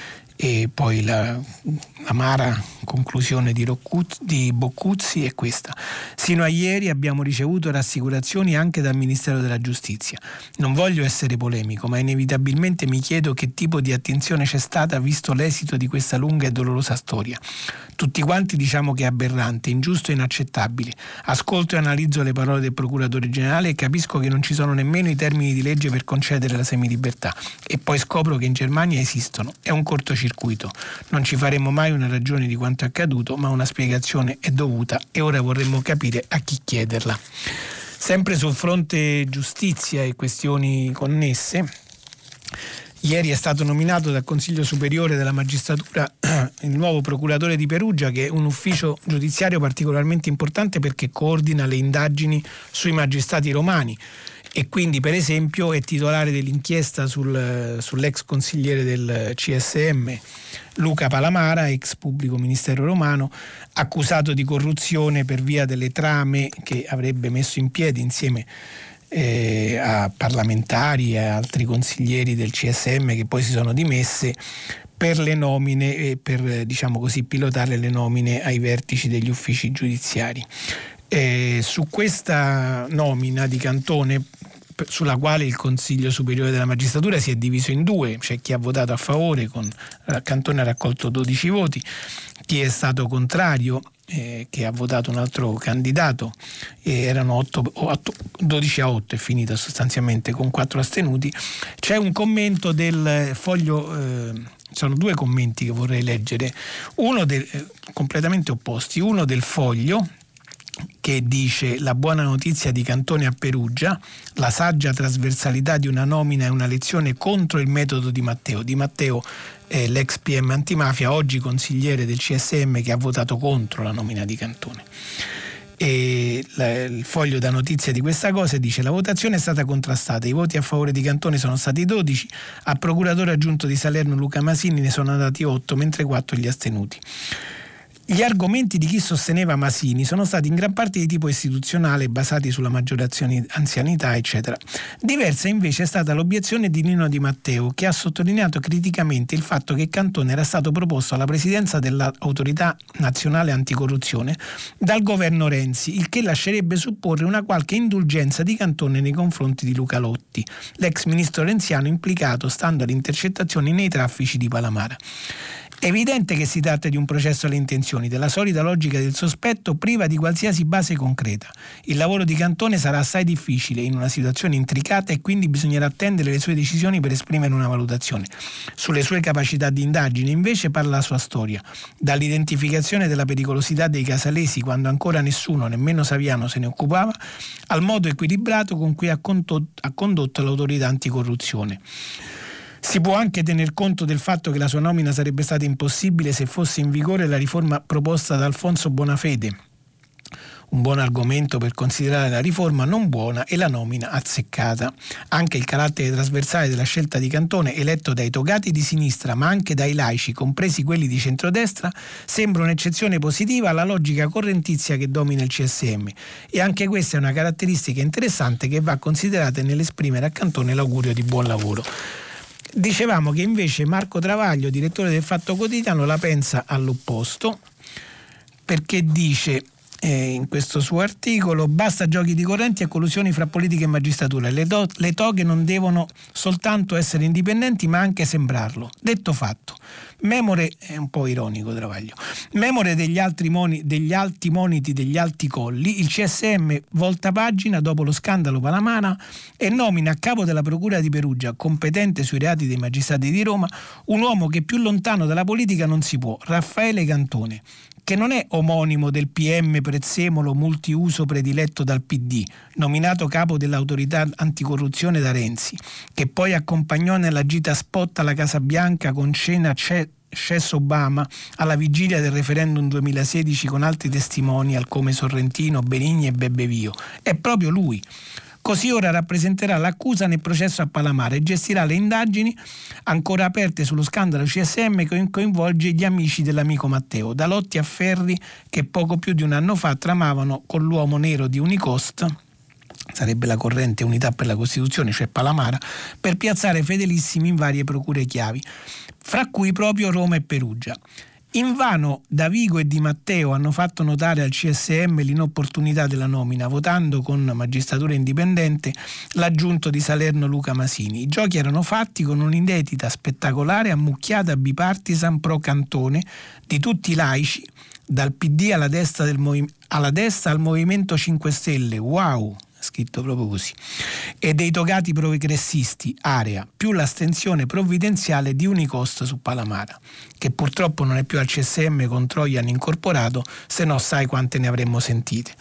E poi la amara conclusione di, Roccuzzi, di Boccuzzi è questa. Sino a ieri abbiamo ricevuto rassicurazioni anche dal Ministero della Giustizia. Non voglio essere polemico, ma inevitabilmente mi chiedo che tipo di attenzione c'è stata visto l'esito di questa lunga e dolorosa storia. Tutti quanti diciamo che è aberrante, ingiusto e inaccettabile. Ascolto e analizzo le parole del procuratore generale e capisco che non ci sono nemmeno i termini di legge per concedere la semilibertà. E poi scopro che in Germania esistono. È un cortocircuito. Non ci faremo mai una ragione di quanto è accaduto, ma una spiegazione è dovuta e ora vorremmo capire a chi chiederla. Sempre sul fronte giustizia e questioni connesse, ieri è stato nominato dal Consiglio Superiore della Magistratura il nuovo procuratore di Perugia, che è un ufficio giudiziario particolarmente importante perché coordina le indagini sui magistrati romani e quindi per esempio è titolare dell'inchiesta sul, sull'ex consigliere del C S M Luca Palamara, ex pubblico ministero romano, accusato di corruzione per via delle trame che avrebbe messo in piedi insieme Eh, a parlamentari e a altri consiglieri del C S M che poi si sono dimesse per le nomine e per, diciamo così, pilotare le nomine ai vertici degli uffici giudiziari. Eh, su questa nomina di Cantone, sulla quale il Consiglio Superiore della Magistratura si è diviso in due, c'è chi ha votato a favore, con Cantone ha raccolto dodici voti, chi è stato contrario, eh, che ha votato un altro candidato, eh, erano otto, otto, dodici a otto, è finita sostanzialmente con quattro astenuti. C'è un commento del Foglio, eh, sono due commenti che vorrei leggere, uno del, eh, completamente opposti, uno del Foglio che dice: la buona notizia di Cantone a Perugia, la saggia trasversalità di una nomina è una lezione contro il metodo di Matteo. Di Matteo è l'ex P M antimafia, oggi consigliere del C S M, che ha votato contro la nomina di Cantone. E la, il Foglio dà notizia di questa cosa e dice: la votazione è stata contrastata, i voti a favore di Cantone sono stati dodici, al procuratore aggiunto di Salerno Luca Masini ne sono andati otto, mentre quattro gli astenuti. Gli argomenti di chi sosteneva Masini sono stati in gran parte di tipo istituzionale, basati sulla maggiore anzianità, eccetera. Diversa invece è stata l'obiezione di Nino Di Matteo, che ha sottolineato criticamente il fatto che Cantone era stato proposto alla presidenza dell'Autorità Nazionale Anticorruzione dal governo Renzi, il che lascerebbe supporre una qualche indulgenza di Cantone nei confronti di Luca Lotti, l'ex ministro renziano implicato, stando alle intercettazioni, nei traffici di Palamara. È evidente che si tratta di un processo alle intenzioni, della solita logica del sospetto priva di qualsiasi base concreta. Il lavoro di Cantone sarà assai difficile in una situazione intricata e quindi bisognerà attendere le sue decisioni per esprimere una valutazione. Sulle sue capacità di indagine invece parla la sua storia, dall'identificazione della pericolosità dei casalesi quando ancora nessuno, nemmeno Saviano, se ne occupava, al modo equilibrato con cui ha condotto, ha condotto l'autorità anticorruzione. Si può anche tener conto del fatto che la sua nomina sarebbe stata impossibile se fosse in vigore la riforma proposta da Alfonso Bonafede, un buon argomento per considerare la riforma non buona e la nomina azzeccata. Anche il carattere trasversale della scelta di Cantone, eletto dai togati di sinistra ma anche dai laici, compresi quelli di centrodestra, sembra un'eccezione positiva alla logica correntizia che domina il C S M, e anche questa è una caratteristica interessante che va considerata nell'esprimere a Cantone l'augurio di buon lavoro. Dicevamo che invece Marco Travaglio, direttore del Fatto Quotidiano, la pensa all'opposto, perché dice eh, in questo suo articolo: basta giochi di correnti e collusioni fra politica e magistratura, le, do- le toghe non devono soltanto essere indipendenti ma anche sembrarlo. Detto fatto, memore, è un po' ironico Travaglio, memore degli, altri moni, degli alti moniti degli alti colli, il C S M volta pagina dopo lo scandalo Palamara e nomina a capo della Procura di Perugia, competente sui reati dei magistrati di Roma, un uomo che più lontano dalla politica non si può, Raffaele Cantone, che non è omonimo del P M Prezzemolo multiuso prediletto dal P D, nominato capo dell'autorità anticorruzione da Renzi, che poi accompagnò nella gita spot alla Casa Bianca con cena Cess Obama alla vigilia del referendum duemilasedici con altri testimonial come Sorrentino, Benigni e Bebbevio. È proprio lui. Così ora rappresenterà l'accusa nel processo a Palamara e gestirà le indagini ancora aperte sullo scandalo C S M che coinvolge gli amici dell'amico Matteo, da Lotti a Ferri, che poco più di un anno fa tramavano con l'uomo nero di Unicost, sarebbe la corrente Unità per la Costituzione, cioè Palamara, per piazzare fedelissimi in varie procure chiavi, fra cui proprio Roma e Perugia. Invano Davigo e Di Matteo hanno fatto notare al C S M l'inopportunità della nomina, votando con magistratura indipendente l'aggiunto di Salerno Luca Masini. I giochi erano fatti con un'indebita spettacolare ammucchiata bipartisan pro Cantone di tutti i laici, dal P D alla destra, del movi- alla destra al Movimento cinque Stelle. Wow! Scritto proprio così, e dei togati progressisti, area, più l'astensione provvidenziale di Unicost su Palamara, che purtroppo non è più al C S M con Troian incorporato, se no sai quante ne avremmo sentite.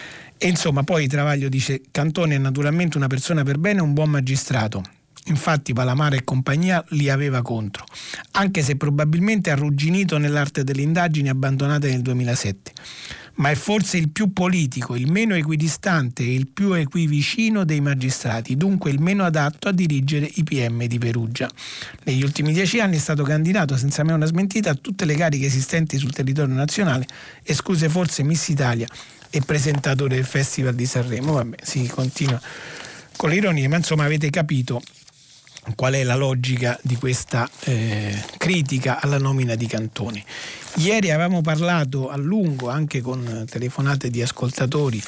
E insomma, poi Travaglio dice: Cantone è naturalmente una persona per bene e un buon magistrato. Infatti Palamara e compagnia li aveva contro, anche se probabilmente arrugginito nell'arte delle indagini abbandonate nel duemilasette. Ma è forse il più politico, il meno equidistante e il più equivicino dei magistrati, dunque il meno adatto a dirigere i P M di Perugia. Negli ultimi dieci anni è stato candidato senza mai una smentita a tutte le cariche esistenti sul territorio nazionale, escluse forse Miss Italia e presentatore del Festival di Sanremo. Vabbè, si continua con l'ironia, ma insomma avete capito qual è la logica di questa eh, critica alla nomina di Cantone. Ieri avevamo parlato a lungo, anche con telefonate di ascoltatori,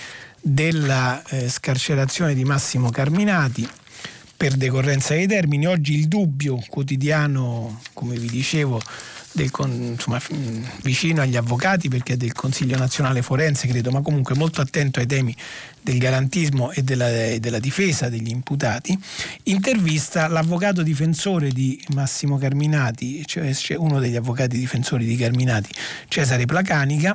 della eh, scarcerazione di Massimo Carminati per decorrenza dei termini. Oggi il Dubbio, quotidiano, come vi dicevo, del, insomma, vicino agli avvocati perché è del Consiglio Nazionale Forense, credo, ma comunque molto attento ai temi del garantismo e della, e della difesa degli imputati, intervista l'avvocato difensore di Massimo Carminati, cioè uno degli avvocati difensori di Carminati, Cesare Placanica,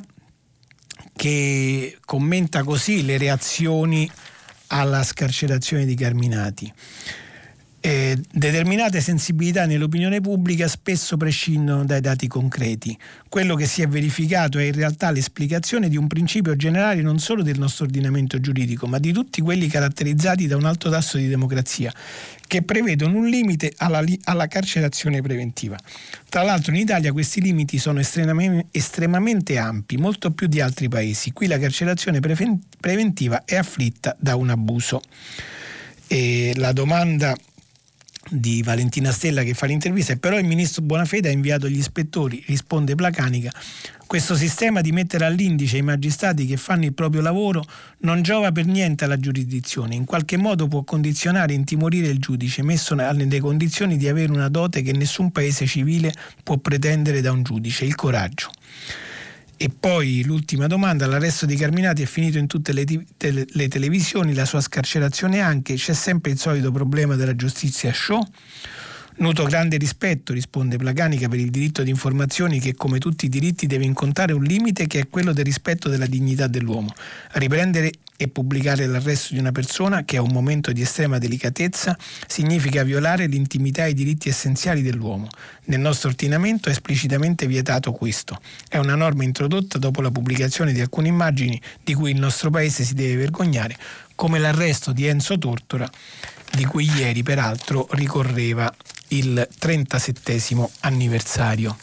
che commenta così le reazioni alla scarcerazione di Carminati. Eh, determinate sensibilità nell'opinione pubblica spesso prescindono dai dati concreti. Quello che si è verificato è in realtà l'esplicazione di un principio generale non solo del nostro ordinamento giuridico, ma di tutti quelli caratterizzati da un alto tasso di democrazia, che prevedono un limite alla, alla carcerazione preventiva. Tra l'altro in Italia questi limiti sono estremamente, estremamente ampi, molto più di altri paesi. Qui la carcerazione preven- preventiva è afflitta da un abuso. E la domanda di Valentina Stella, che fa l'intervista, è: però il ministro Bonafede ha inviato gli ispettori. Risponde Placanica: questo sistema di mettere all'indice i magistrati che fanno il proprio lavoro non giova per niente alla giurisdizione, in qualche modo può condizionare e intimorire il giudice, messo nelle condizioni di avere una dote che nessun paese civile può pretendere da un giudice: il coraggio. E poi l'ultima domanda: l'arresto di Carminati è finito in tutte le, te- le televisioni, la sua scarcerazione anche, c'è sempre il solito problema della giustizia show? Nuto grande rispetto, risponde Placanica, per il diritto di informazioni che, come tutti i diritti, deve incontrare un limite che è quello del rispetto della dignità dell'uomo. Riprendere e pubblicare l'arresto di una persona che a un momento di estrema delicatezza significa violare l'intimità e i diritti essenziali dell'uomo. Nel nostro ordinamento è esplicitamente vietato questo. È una norma introdotta dopo la pubblicazione di alcune immagini di cui il nostro paese si deve vergognare, come l'arresto di Enzo Tortora, di cui ieri peraltro ricorreva il trentasettesimo anniversario.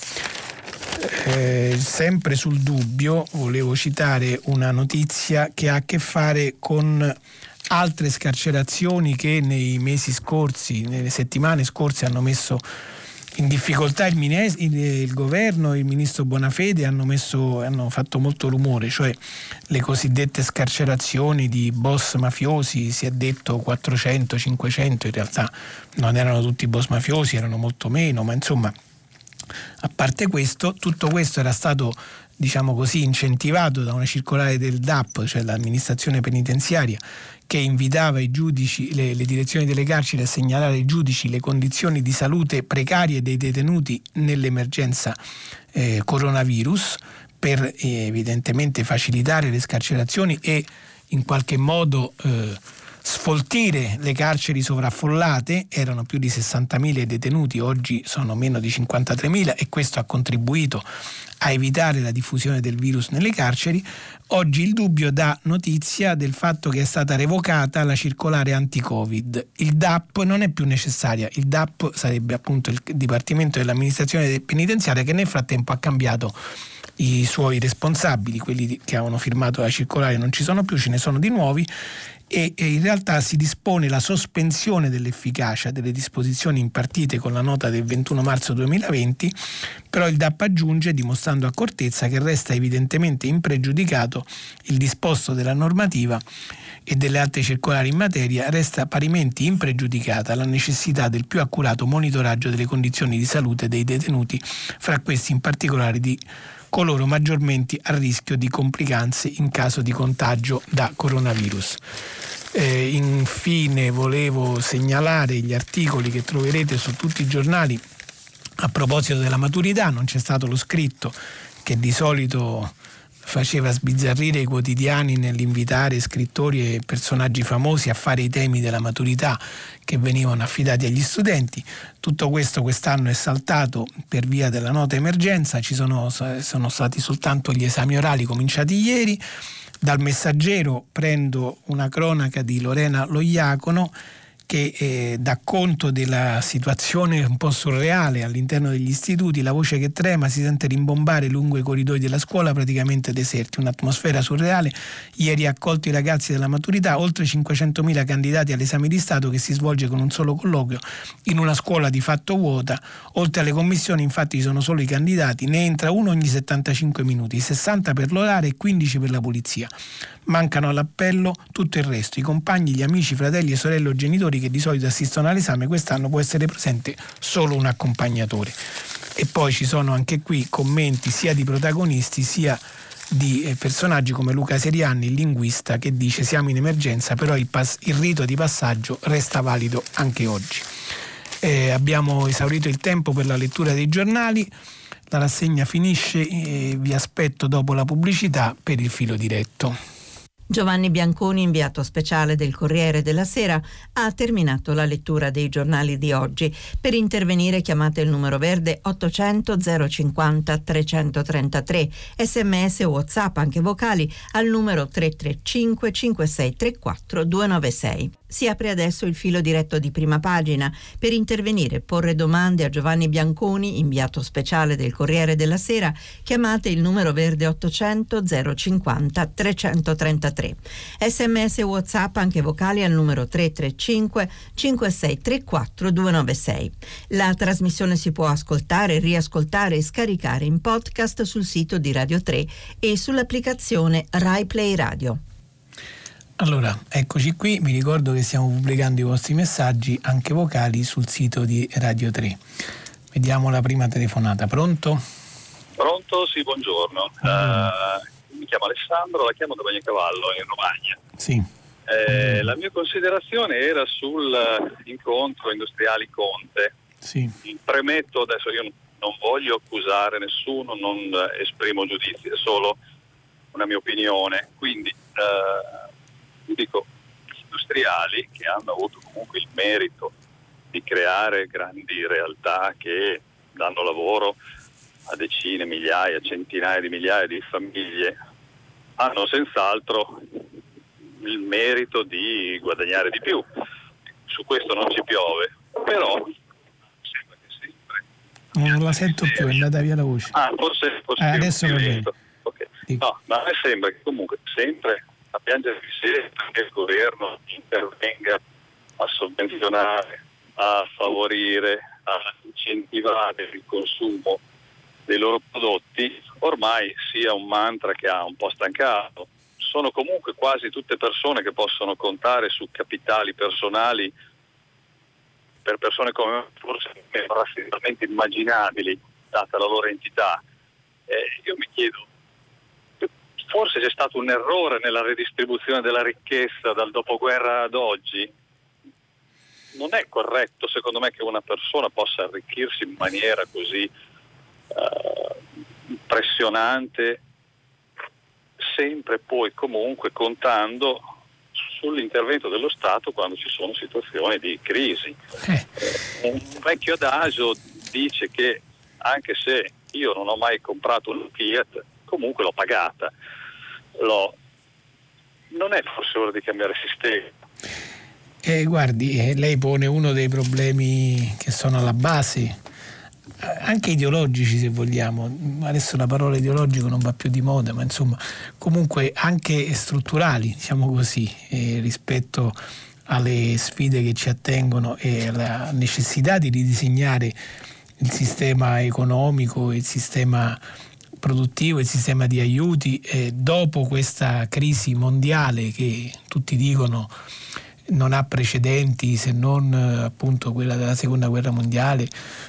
Eh, sempre sul dubbio volevo citare una notizia che ha a che fare con altre scarcerazioni che nei mesi scorsi, nelle settimane scorse hanno messo in difficoltà il, mines- il, il governo e il ministro Bonafede, hanno, messo, hanno fatto molto rumore, cioè le cosiddette scarcerazioni di boss mafiosi. Si è detto quattrocento cinquecento, in realtà non erano tutti boss mafiosi, erano molto meno, ma insomma, a parte questo, tutto questo era stato, diciamo così, incentivato da una circolare del D A P, cioè l'amministrazione penitenziaria, che invitava i giudici, le, le direzioni delle carceri a segnalare ai giudici le condizioni di salute precarie dei detenuti nell'emergenza eh, coronavirus, per eh, evidentemente facilitare le scarcerazioni e in qualche modo eh, sfoltire le carceri sovraffollate. Erano più di sessantamila i detenuti, oggi sono meno di cinquantatremila, e questo ha contribuito a evitare la diffusione del virus nelle carceri. Oggi il Dubbio dà notizia del fatto che è stata revocata la circolare anti-Covid. Il D A P non è più necessaria. Il D A P sarebbe appunto il Dipartimento dell'amministrazione penitenziaria, che nel frattempo ha cambiato i suoi responsabili. Quelli che avevano firmato la circolare non ci sono più, ce ne sono di nuovi, e in realtà si dispone la sospensione dell'efficacia delle disposizioni impartite con la nota del ventuno marzo duemilaventi, però il D A P aggiunge, dimostrando accortezza, che resta evidentemente impregiudicato il disposto della normativa e delle altre circolari in materia, resta parimenti impregiudicata la necessità del più accurato monitoraggio delle condizioni di salute dei detenuti, fra questi in particolare di coloro maggiormente a rischio di complicanze in caso di contagio da coronavirus. Eh, infine volevo segnalare gli articoli che troverete su tutti i giornali a proposito della maturità. Non c'è stato lo scritto, che di solito faceva sbizzarrire i quotidiani nell'invitare scrittori e personaggi famosi a fare i temi della maturità che venivano affidati agli studenti. Tutto questo quest'anno è saltato per via della nota emergenza. Ci sono, sono stati soltanto gli esami orali cominciati ieri. Dal Messaggero prendo una cronaca di Lorena Loiacono che eh, dà conto della situazione un po' surreale all'interno degli istituti. La voce che trema, si sente rimbombare lungo i corridoi della scuola praticamente deserti, un'atmosfera surreale. Ieri ha accolto i ragazzi della maturità, oltre cinquecentomila candidati all'esame di Stato che si svolge con un solo colloquio in una scuola di fatto vuota. Oltre alle commissioni infatti ci sono solo i candidati, ne entra uno ogni settantacinque minuti, sessanta per l'orale e quindici per la polizia. Mancano all'appello tutto il resto, i compagni, gli amici, fratelli e sorelle o genitori che di solito assistono all'esame. Quest'anno può essere presente solo un accompagnatore. E poi ci sono anche qui commenti sia di protagonisti sia di eh, personaggi come Luca Serianni, il linguista, che dice: siamo in emergenza, però il, pas- il rito di passaggio resta valido anche oggi. Eh, abbiamo esaurito il tempo per la lettura dei giornali, la rassegna finisce, e vi aspetto dopo la pubblicità per il filo diretto. Giovanni Bianconi, inviato speciale del Corriere della Sera, ha terminato la lettura dei giornali di oggi. Per intervenire chiamate il numero verde ottocento zero cinquanta trecentotrentatré, sms o WhatsApp anche vocali al numero tre tre cinque cinque sei tre quattro due nove sei. Si apre adesso il filo diretto di Prima Pagina. Per intervenire e porre domande a Giovanni Bianconi, inviato speciale del Corriere della Sera, chiamate il numero verde ottocento zero cinquanta trecentotrentatré. Sms e WhatsApp anche vocali al numero tre tre cinque cinque sei tre quattro due nove sei. La trasmissione si può ascoltare, riascoltare e scaricare in podcast sul sito di Radio tre e sull'applicazione Rai Play Radio. Allora, eccoci qui, vi ricordo che stiamo pubblicando i vostri messaggi anche vocali sul sito di Radio tre. Vediamo la prima telefonata. Pronto? Pronto? Sì, buongiorno. Uh, mi chiamo Alessandro, la chiamo da Bagnacavallo in Romagna. Sì. Eh, la mia considerazione era sull'incontro industriali Conte. Sì. Premetto, adesso io non voglio accusare nessuno, non esprimo giudizi, è solo una mia opinione. Quindi uh, dico industriali che hanno avuto comunque il merito di creare grandi realtà che danno lavoro a decine, migliaia, centinaia di migliaia di famiglie, hanno senz'altro il merito di guadagnare di più. Su questo non ci piove, però sembra che sempre... Non la sento più, è andata via la voce. Ah, forse, forse eh, adesso va bene. Okay. No, ma a me sembra che comunque sempre a piangere di sera che il governo intervenga a sovvenzionare, a favorire, a incentivare il consumo dei loro prodotti, ormai sia un mantra che ha un po' stancato. Sono comunque quasi tutte persone che possono contare su capitali personali per persone come forse assolutamente immaginabili, data la loro entità. Eh, io mi chiedo, forse c'è stato un errore nella redistribuzione della ricchezza dal dopoguerra ad oggi? Non è corretto, secondo me, che una persona possa arricchirsi in maniera così uh, impressionante, sempre poi comunque contando sull'intervento dello Stato quando ci sono situazioni di crisi. Eh. Un vecchio adagio dice che anche se io non ho mai comprato un Fiat, comunque l'ho pagata. L'ho... Non è forse ora di cambiare sistema? Eh, guardi, eh, lei pone uno dei problemi che sono alla base, anche ideologici se vogliamo. Adesso la parola ideologico non va più di moda, ma insomma comunque anche strutturali, diciamo così, eh, rispetto alle sfide che ci attengono e alla necessità di ridisegnare il sistema economico, il sistema produttivo, il sistema di aiuti eh, dopo questa crisi mondiale che tutti dicono non ha precedenti se non appunto quella della seconda guerra mondiale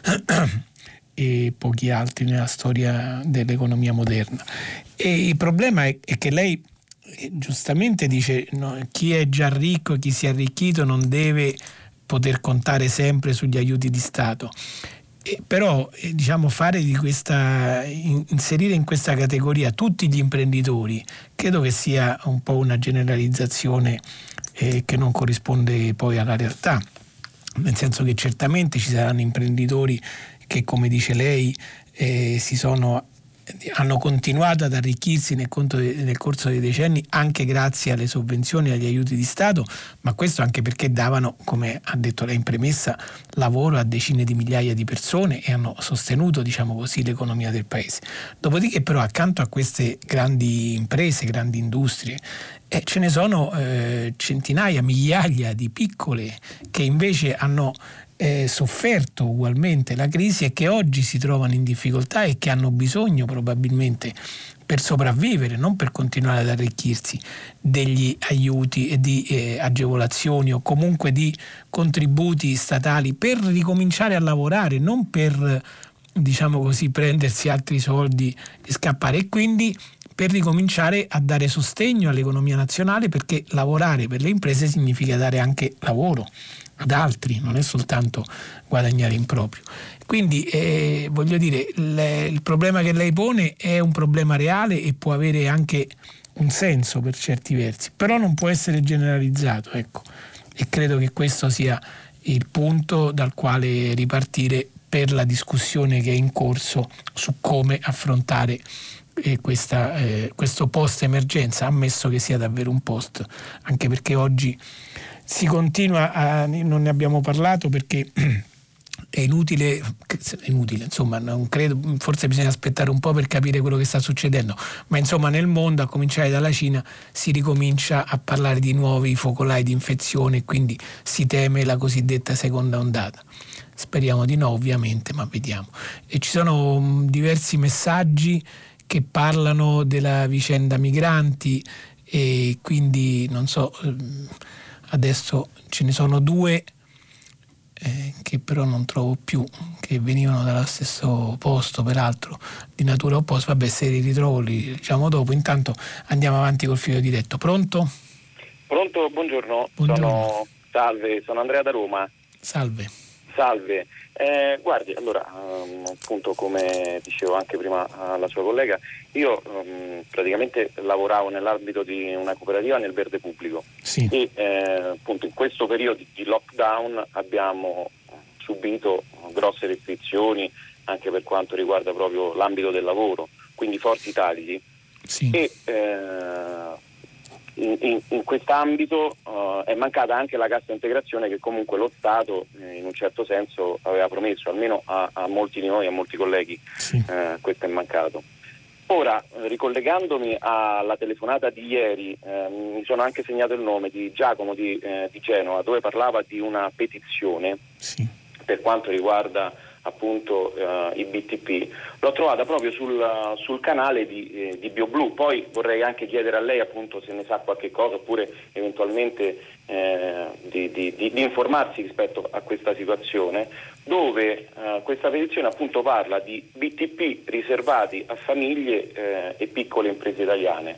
e pochi altri nella storia dell'economia moderna. E il problema è, è che lei giustamente dice no, chi è già ricco, chi si è arricchito non deve poter contare sempre sugli aiuti di Stato. Eh, però eh, diciamo fare di questa in, inserire in questa categoria tutti gli imprenditori credo che sia un po' una generalizzazione eh, che non corrisponde poi alla realtà, nel senso che certamente ci saranno imprenditori che, come dice lei, eh, si sono hanno continuato ad arricchirsi nel, conto de, nel corso dei decenni anche grazie alle sovvenzioni e agli aiuti di Stato, ma questo anche perché davano, come ha detto lei in premessa, lavoro a decine di migliaia di persone e hanno sostenuto, diciamo così, l'economia del paese. Dopodiché però accanto a queste grandi imprese, grandi industrie, eh, ce ne sono eh, centinaia, migliaia di piccole che invece hanno Eh, sofferto ugualmente la crisi e che oggi si trovano in difficoltà e che hanno bisogno probabilmente per sopravvivere, non per continuare ad arricchirsi, degli aiuti e di eh, agevolazioni o comunque di contributi statali per ricominciare a lavorare, non per, diciamo così, prendersi altri soldi e scappare, e quindi per ricominciare a dare sostegno all'economia nazionale, perché lavorare per le imprese significa dare anche lavoro ad altri, non è soltanto guadagnare in proprio. Quindi eh, voglio dire, le, il problema che lei pone è un problema reale e può avere anche un senso per certi versi, però non può essere generalizzato, ecco, e credo che questo sia il punto dal quale ripartire per la discussione che è in corso su come affrontare eh, questa, eh, questo post emergenza, ammesso che sia davvero un post, anche perché oggi si continua a, non ne abbiamo parlato perché è inutile, è inutile, insomma, non credo, forse bisogna aspettare un po' per capire quello che sta succedendo, ma insomma nel mondo, a cominciare dalla Cina, si ricomincia a parlare di nuovi focolai di infezione e quindi si teme la cosiddetta seconda ondata. Speriamo di no, ovviamente, ma vediamo. E ci sono diversi messaggi che parlano della vicenda migranti e quindi non so, adesso ce ne sono due eh, che però non trovo più, che venivano dallo stesso posto, peraltro di natura opposta. Vabbè, se li ritrovo li diciamo dopo. Intanto andiamo avanti col filo diretto. Pronto? Pronto, buongiorno. Buongiorno. Sono... Salve, sono Andrea da Roma. Salve. Salve, eh, guardi, allora um, appunto come dicevo anche prima alla sua collega, io um, praticamente lavoravo nell'ambito di una cooperativa nel verde pubblico, sì. e eh, appunto in questo periodo di lockdown abbiamo subito grosse restrizioni anche per quanto riguarda proprio l'ambito del lavoro, quindi forti tagli, sì. e eh, In, in, in quest'ambito uh, è mancata anche la cassa integrazione che comunque lo Stato eh, in un certo senso aveva promesso, almeno a, a molti di noi, a molti colleghi, sì. eh, questo è mancato. Ora, ricollegandomi alla telefonata di ieri, eh, mi sono anche segnato il nome di Giacomo di, eh, di Genova, dove parlava di una petizione, sì. per quanto riguarda appunto uh, i B T P, l'ho trovata proprio sul, uh, sul canale di, eh, di BioBlu. Poi vorrei anche chiedere a lei appunto se ne sa qualche cosa, oppure eventualmente eh, di, di, di, di informarsi rispetto a questa situazione, dove uh, questa petizione appunto parla di B T P riservati a famiglie eh, e piccole imprese italiane,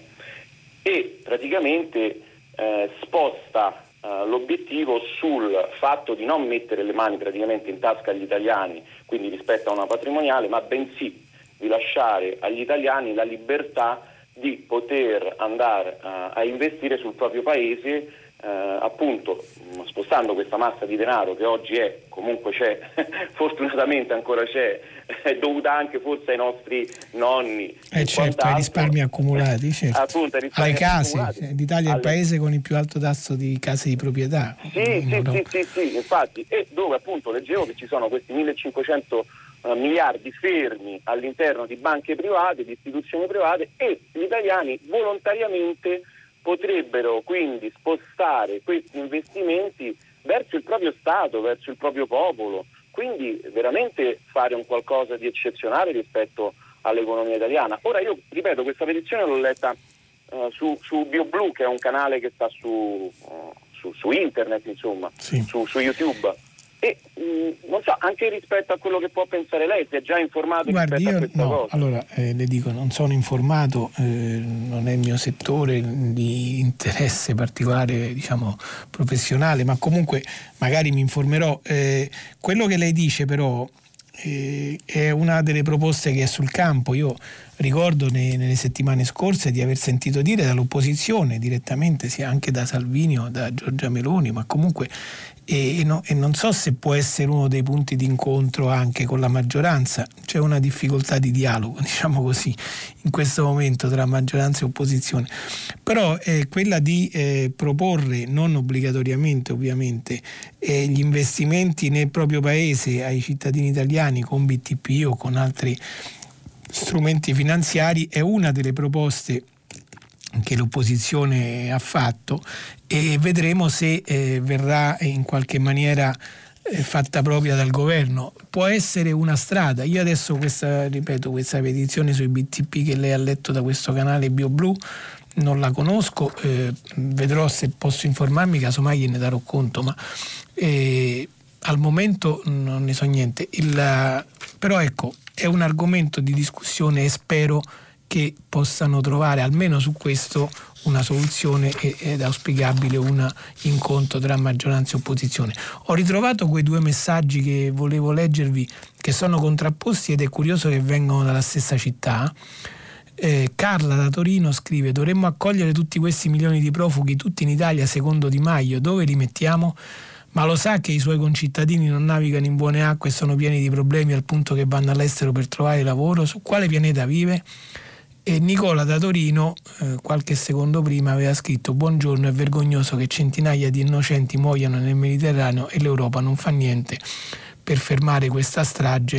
e praticamente eh, sposta l'obiettivo sul fatto di non mettere le mani praticamente in tasca agli italiani, quindi rispetto a una patrimoniale, ma bensì di lasciare agli italiani la libertà di poter andare uh, a investire sul proprio paese, uh, appunto spostando questa massa di denaro che oggi è, comunque c'è, fortunatamente ancora c'è, è dovuta anche forse ai nostri nonni. Eh certo, ai risparmi accumulati, certo. Appunto, risparmi alle case, accumulati. L'Italia è alle... il paese con il più alto tasso di case di proprietà. Sì, sì, sì, sì, sì, infatti, e dove appunto leggevo che ci sono questi millecinquecento uh, miliardi fermi all'interno di banche private, di istituzioni private, e gli italiani volontariamente potrebbero quindi spostare questi investimenti verso il proprio Stato, verso il proprio popolo, quindi veramente fare un qualcosa di eccezionale rispetto all'economia italiana. Ora io ripeto, questa petizione l'ho letta uh, su, su BioBlu, che è un canale che sta su, uh, su, su internet, insomma, sì. su, su YouTube. E mh, non so, anche rispetto a quello che può pensare lei, si è già informato? Guardi, rispetto io a questa no, cosa? Allora eh, le dico, non sono informato, eh, non è il mio settore di interesse particolare, diciamo, professionale, ma comunque magari mi informerò. Eh, quello che lei dice però eh, è una delle proposte che è sul campo. Io ricordo ne, nelle settimane scorse di aver sentito dire dall'opposizione direttamente, sia anche da Salvini o da Giorgia Meloni, ma comunque E, no, e non so se può essere uno dei punti di incontro anche con la maggioranza. C'è una difficoltà di dialogo, diciamo così, in questo momento tra maggioranza e opposizione, però è quella di eh, proporre, non obbligatoriamente ovviamente, eh, gli investimenti nel proprio paese ai cittadini italiani con B T P o con altri strumenti finanziari, è una delle proposte che l'opposizione ha fatto, e vedremo se eh, verrà in qualche maniera eh, fatta propria dal governo. Può essere una strada. Io adesso questa, ripeto, questa petizione sui B T P che lei ha letto da questo canale BioBlu non la conosco, eh, vedrò se posso informarmi, casomai gliene darò conto, ma eh, al momento non ne so niente. Il, però ecco, è un argomento di discussione e spero che possano trovare almeno su questo una soluzione, ed è auspicabile un incontro tra maggioranza e opposizione. Ho ritrovato quei due messaggi che volevo leggervi, che sono contrapposti ed è curioso che vengono dalla stessa città. Eh, Carla da Torino scrive: dovremmo accogliere tutti questi milioni di profughi tutti in Italia secondo Di Maio, dove li mettiamo? Ma lo sa che i suoi concittadini non navigano in buone acque e sono pieni di problemi al punto che vanno all'estero per trovare lavoro? Su quale pianeta vive? E Nicola da Torino, eh, qualche secondo prima, aveva scritto: buongiorno, è vergognoso che centinaia di innocenti muoiano nel Mediterraneo e l'Europa non fa niente per fermare questa strage,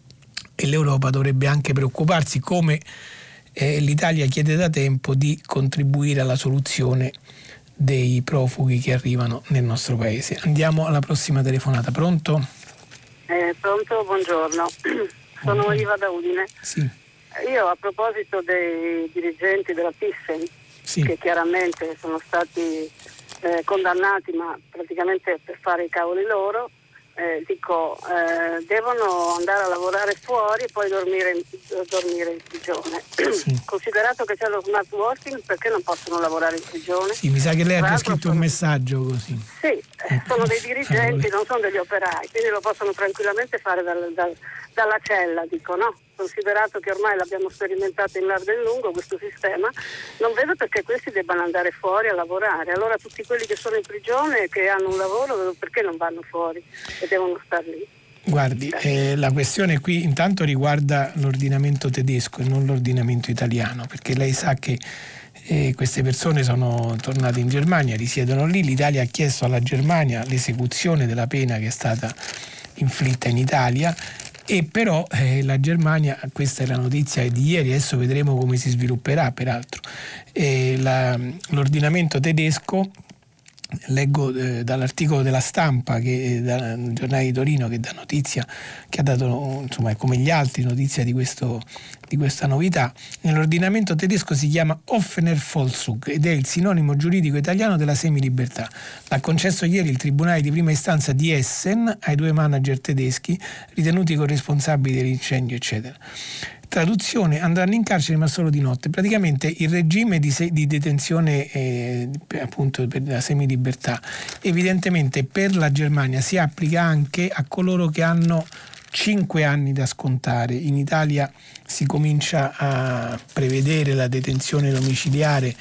e l'Europa dovrebbe anche preoccuparsi, come eh, l'Italia chiede da tempo, di contribuire alla soluzione dei profughi che arrivano nel nostro paese. Andiamo alla prossima telefonata. Pronto? Eh, pronto, buongiorno. Sono Oliva da Udine. Sì. Io, a proposito dei dirigenti della Thyssen, sì, che chiaramente sono stati eh, condannati, ma praticamente per fare i cavoli loro, eh, dico, eh, devono andare a lavorare fuori e poi dormire in, dormire in prigione. Sì. Considerato che c'è lo smart working, perché non possono lavorare in prigione? Sì, mi sa che lei ha già scritto sono... un messaggio così. Sì, sono dei dirigenti, non sono degli operai, quindi lo possono tranquillamente fare dal, dal, dalla cella, dico, no? Considerato che ormai l'abbiamo sperimentato in largo e in lungo questo sistema, non vedo perché questi debbano andare fuori a lavorare. Allora tutti quelli che sono in prigione e che hanno un lavoro, perché non vanno fuori e devono star lì? Guardi, eh, la questione qui intanto riguarda l'ordinamento tedesco e non l'ordinamento italiano, perché lei sa che eh, queste persone sono tornate in Germania, risiedono lì. L'Italia ha chiesto alla Germania l'esecuzione della pena che è stata inflitta in Italia, e però eh, la Germania, questa è la notizia di ieri, adesso vedremo come si svilupperà peraltro, eh, la, l'ordinamento tedesco, leggo eh, dall'articolo della Stampa, che eh, dal giornale di Torino, che dà notizia, che ha dato, insomma, come gli altri, notizia di questo di questa novità. Nell'ordinamento tedesco si chiama Offener Vollzug ed è il sinonimo giuridico italiano della semilibertà. L'ha concesso ieri il Tribunale di prima istanza di Essen ai due manager tedeschi ritenuti corresponsabili dell'incendio, eccetera. Traduzione: andranno in carcere ma solo di notte. Praticamente il regime di, se, di detenzione eh, appunto per la semilibertà evidentemente per la Germania si applica anche a coloro che hanno cinque anni da scontare. In Italia si comincia a prevedere la detenzione domiciliare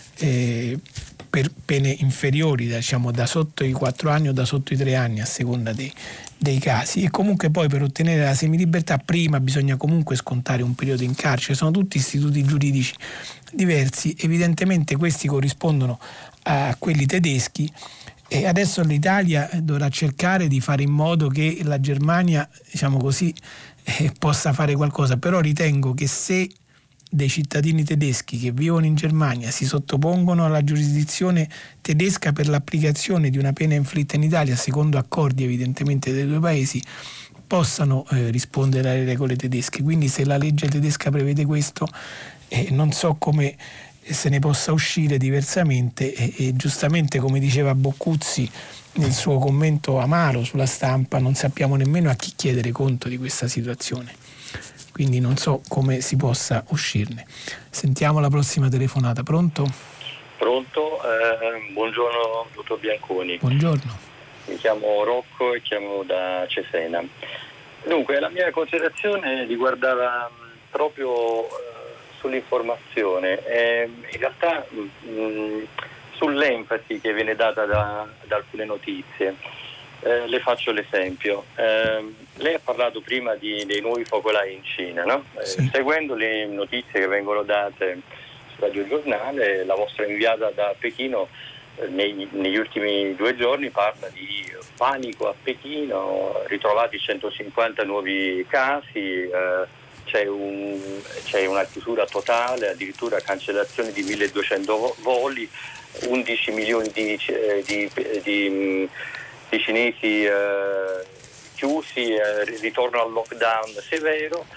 eh, per pene inferiori, diciamo da sotto i quattro anni o da sotto i tre anni a seconda dei, dei casi, e comunque poi per ottenere la semilibertà prima bisogna comunque scontare un periodo in carcere. Sono tutti istituti giuridici diversi, evidentemente questi corrispondono a quelli tedeschi. E adesso l'Italia dovrà cercare di fare in modo che la Germania, diciamo così, eh, possa fare qualcosa, però ritengo che se dei cittadini tedeschi che vivono in Germania si sottopongono alla giurisdizione tedesca per l'applicazione di una pena inflitta in Italia secondo accordi evidentemente dei due paesi, possano eh, rispondere alle regole tedesche. Quindi se la legge tedesca prevede questo, eh, non so come se ne possa uscire diversamente, e, e giustamente, come diceva Boccuzzi nel suo commento amaro sulla Stampa, non sappiamo nemmeno a chi chiedere conto di questa situazione, quindi non so come si possa uscirne. Sentiamo la prossima telefonata. Pronto? Pronto, eh, buongiorno dottor Bianconi. Buongiorno. Mi chiamo Rocco e chiamo da Cesena. Dunque, la mia considerazione riguardava proprio sull'informazione, eh, in realtà mh, sull'enfasi che viene data da, da alcune notizie. Eh, le faccio l'esempio. Eh, lei ha parlato prima di, dei nuovi focolai in Cina, no? Eh, sì. Seguendo le notizie che vengono date su Radio Giornale, la vostra inviata da Pechino eh, nei, negli ultimi due giorni parla di panico a Pechino, ritrovati centocinquanta nuovi casi, eh, C'è, un, c'è una chiusura totale, addirittura cancellazione di milleduecento voli, undici milioni di, di, di, di cinesi eh, chiusi, eh, ritorno al lockdown severo,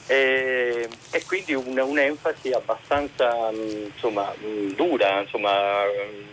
e, e quindi un, un'enfasi abbastanza insomma, dura, insomma,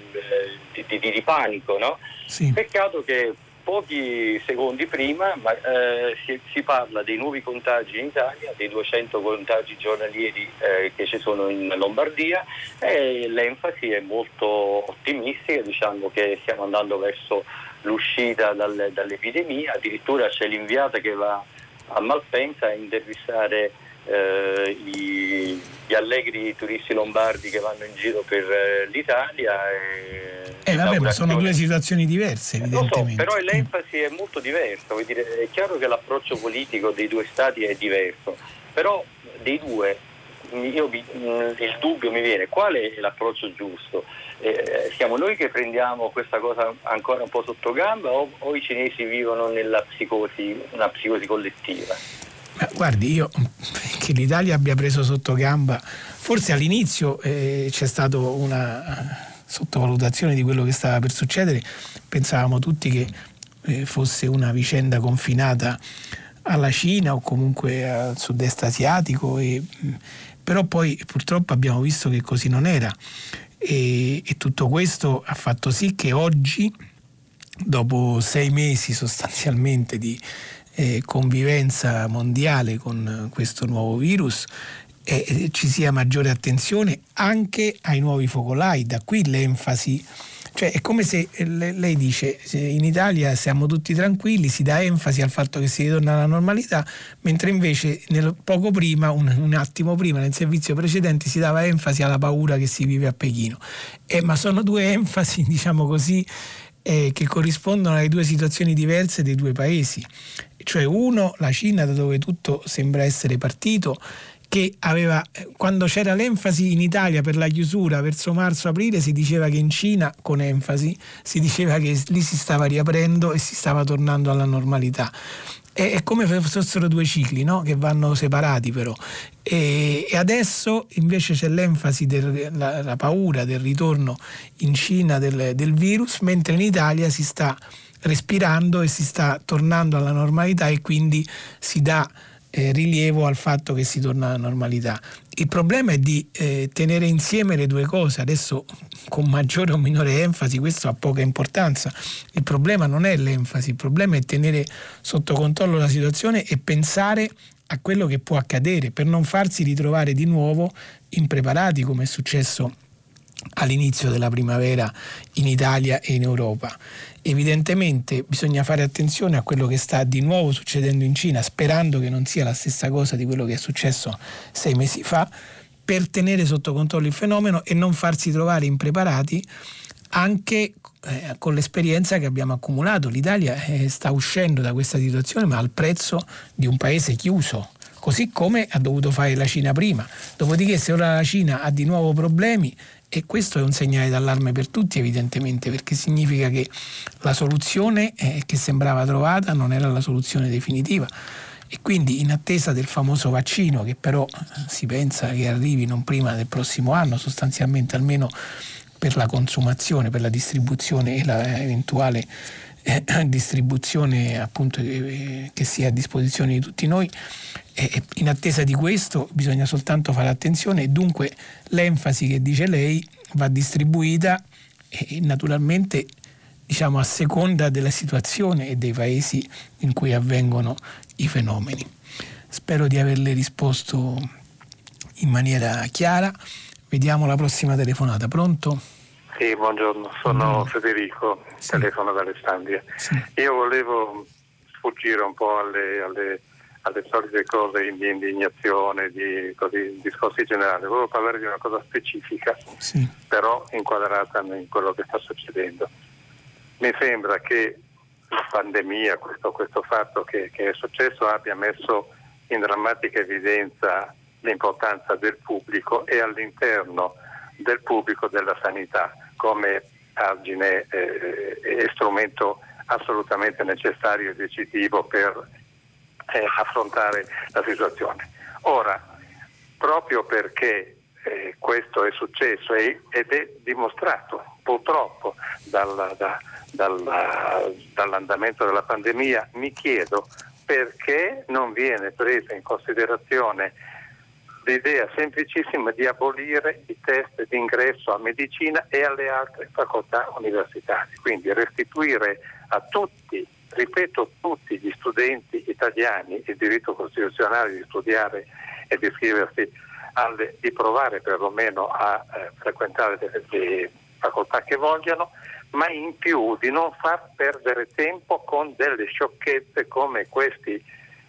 di, di, di panico, no? Sì. Peccato che pochi secondi prima ma, eh, si, si parla dei nuovi contagi in Italia, dei duecento contagi giornalieri eh, che ci sono in Lombardia, e l'enfasi è molto ottimistica, diciamo che stiamo andando verso l'uscita dal, dall'epidemia. Addirittura c'è l'inviata che va a Malpensa a intervistare eh, i, gli allegri turisti lombardi che vanno in giro per eh, l'Italia. E, Eh vabbè, ma sono due situazioni diverse, evidentemente. Lo so, però l'enfasi è molto diversa, vuol dire, è chiaro che l'approccio politico dei due stati è diverso, però dei due io, il dubbio mi viene, qual è l'approccio giusto? Eh, siamo noi che prendiamo questa cosa ancora un po' sotto gamba o, o i cinesi vivono nella psicosi, una psicosi collettiva? Ma guardi, io che l'Italia abbia preso sotto gamba, forse all'inizio eh, c'è stato una sottovalutazione di quello che stava per succedere, pensavamo tutti che eh, fosse una vicenda confinata alla Cina o comunque al sud-est asiatico, e, però poi purtroppo abbiamo visto che così non era, e, e tutto questo ha fatto sì che oggi dopo sei mesi sostanzialmente di eh, convivenza mondiale con questo nuovo virus, eh, ci sia maggiore attenzione anche ai nuovi focolai. Da qui l'enfasi. Cioè è come se lei dice in Italia siamo tutti tranquilli, si dà enfasi al fatto che si ritorna alla normalità, mentre invece nel, poco prima, un, un attimo prima, nel servizio precedente si dava enfasi alla paura che si vive a Pechino. Eh, ma sono due enfasi, diciamo così, eh, che corrispondono alle due situazioni diverse dei due paesi. Cioè uno, la Cina, da dove tutto sembra essere partito, che aveva, quando c'era l'enfasi in Italia per la chiusura verso marzo-aprile, si diceva che in Cina, con enfasi, si diceva che lì si stava riaprendo e si stava tornando alla normalità. È, è come se fossero due cicli, no? Che vanno separati però. E, e adesso invece c'è l'enfasi, del, la, la paura del ritorno in Cina del, del virus, mentre in Italia si sta respirando e si sta tornando alla normalità, e quindi si dà Eh, rilievo al fatto che si torna alla normalità. Il problema è di eh, tenere insieme le due cose, adesso con maggiore o minore enfasi, questo ha poca importanza. Il problema non è l'enfasi, il problema è tenere sotto controllo la situazione e pensare a quello che può accadere per non farsi ritrovare di nuovo impreparati, come è successo all'inizio della primavera in Italia e in Europa. Evidentemente bisogna fare attenzione a quello che sta di nuovo succedendo in Cina, sperando che non sia la stessa cosa di quello che è successo sei mesi fa, per tenere sotto controllo il fenomeno e non farsi trovare impreparati anche eh, con l'esperienza che abbiamo accumulato. L'Italia eh, sta uscendo da questa situazione, ma al prezzo di un paese chiuso, così come ha dovuto fare la Cina prima. Dopodiché, se ora la Cina ha di nuovo problemi, e questo è un segnale d'allarme per tutti, evidentemente, perché significa che la soluzione eh, che sembrava trovata non era la soluzione definitiva, e quindi in attesa del famoso vaccino, che però si pensa che arrivi non prima del prossimo anno, sostanzialmente, almeno per la consumazione, per la distribuzione e la eventuale eh, distribuzione appunto eh, che sia a disposizione di tutti noi. E in attesa di questo bisogna soltanto fare attenzione, e dunque l'enfasi che dice lei va distribuita e naturalmente, diciamo, a seconda della situazione e dei paesi in cui avvengono i fenomeni. Spero di averle risposto in maniera chiara. Vediamo la prossima telefonata. Pronto? Sì, buongiorno, sono buongiorno. Federico, sì. Telefono da Alessandria. Sì. Io volevo sfuggire un po' alle, alle alle solite cose di indignazione, di così, discorsi generali. Volevo parlare di una cosa specifica, sì. però inquadrata in quello che sta succedendo. Mi sembra che la pandemia, questo, questo fatto che, che è successo, abbia messo in drammatica evidenza l'importanza del pubblico e all'interno del pubblico della sanità come argine eh, e strumento assolutamente necessario e decisivo per Eh, affrontare la situazione. Ora, proprio perché eh, questo è successo e, ed è dimostrato purtroppo dalla, da, dalla, dall'andamento della pandemia, mi chiedo perché non viene presa in considerazione l'idea semplicissima di abolire i test d'ingresso a medicina e alle altre facoltà universitarie, quindi restituire a tutti, ripeto, tutti gli studenti italiani il diritto costituzionale di studiare e di iscriversi alle, di provare perlomeno a eh, frequentare le, le facoltà che vogliano, ma in più di non far perdere tempo con delle sciocchezze come questi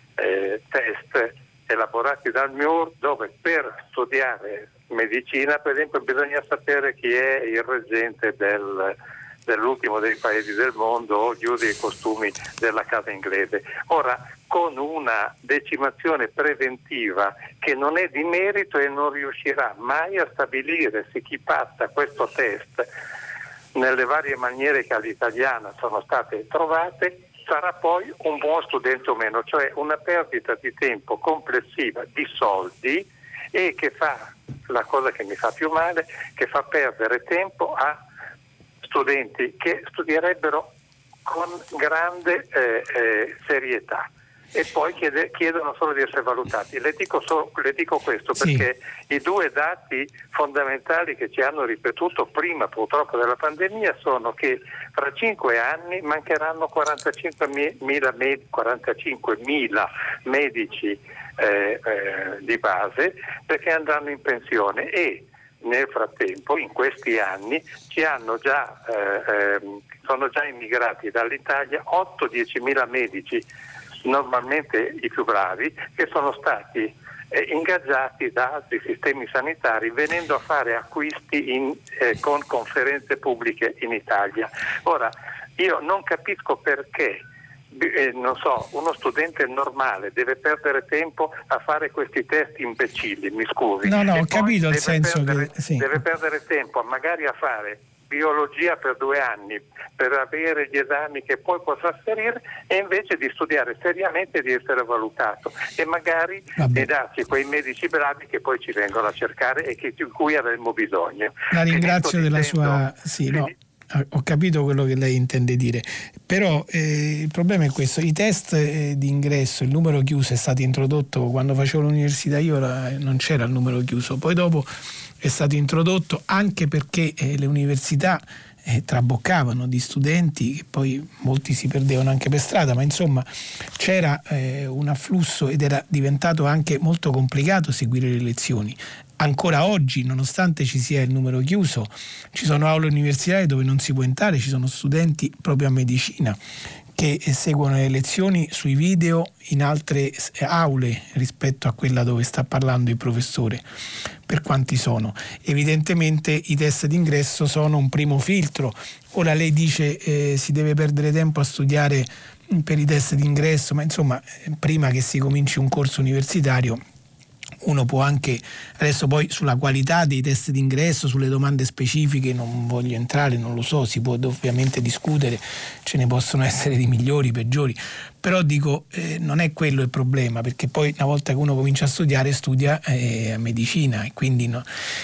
eh, test elaborati dal M I U R, dove per studiare medicina, per esempio, bisogna sapere chi è il reggente del dell'ultimo dei paesi del mondo o gli usi e costumi della casa inglese. Ora, con una decimazione preventiva che non è di merito e non riuscirà mai a stabilire se chi passa questo test nelle varie maniere che all'italiana sono state trovate sarà poi un buon studente o meno, cioè una perdita di tempo complessiva, di soldi, e che fa, la cosa che mi fa più male, che fa perdere tempo a studenti che studierebbero con grande eh, eh, serietà. e poi chiede, chiedono solo di essere valutati. Le dico, so, le dico questo perché sì. I due dati fondamentali che ci hanno ripetuto prima purtroppo della pandemia sono che fra cinque anni mancheranno quarantacinquemila medici eh, eh, di base, perché andranno in pensione, e nel frattempo, in questi anni, ci hanno già, eh, eh, sono già immigrati dall'Italia otto diecimila medici, normalmente i più bravi, che sono stati eh, ingaggiati da altri sistemi sanitari, venendo a fare acquisti in, eh, con conferenze pubbliche in Italia. Ora, io non capisco perché Eh, non so, uno studente normale deve perdere tempo a fare questi test imbecilli, mi scusi. No, no, e ho capito il senso perdere, che sì. Deve perdere tempo magari a fare biologia per due anni per avere gli esami che poi può trasferire, e invece di studiare seriamente e di essere valutato, e magari di darci quei medici bravi che poi ci vengono a cercare e che, di cui avremmo bisogno. La ringrazio della sua... Sì, no. Ho capito quello che lei intende dire, però eh, il problema è questo: i test eh, di ingresso, il numero chiuso è stato introdotto quando facevo l'università io, la, non c'era il numero chiuso, poi dopo è stato introdotto anche perché eh, le università eh, traboccavano di studenti, che poi molti si perdevano anche per strada, ma insomma c'era eh, un afflusso ed era diventato anche molto complicato seguire le lezioni. Ancora oggi, nonostante ci sia il numero chiuso, ci sono aule universitarie dove non si può entrare, ci sono studenti proprio a medicina che seguono le lezioni sui video in altre aule rispetto a quella dove sta parlando il professore, per quanti sono. Evidentemente i test d'ingresso sono un primo filtro. Ora lei dice eh, si deve perdere tempo a studiare per i test d'ingresso, ma insomma prima che si cominci un corso universitario uno può anche, adesso poi sulla qualità dei test d'ingresso, sulle domande specifiche non voglio entrare, non lo so, si può ovviamente discutere, ce ne possono essere di migliori, peggiori, però dico eh, non è quello il problema, perché poi una volta che uno comincia a studiare studia eh, medicina, e quindi no.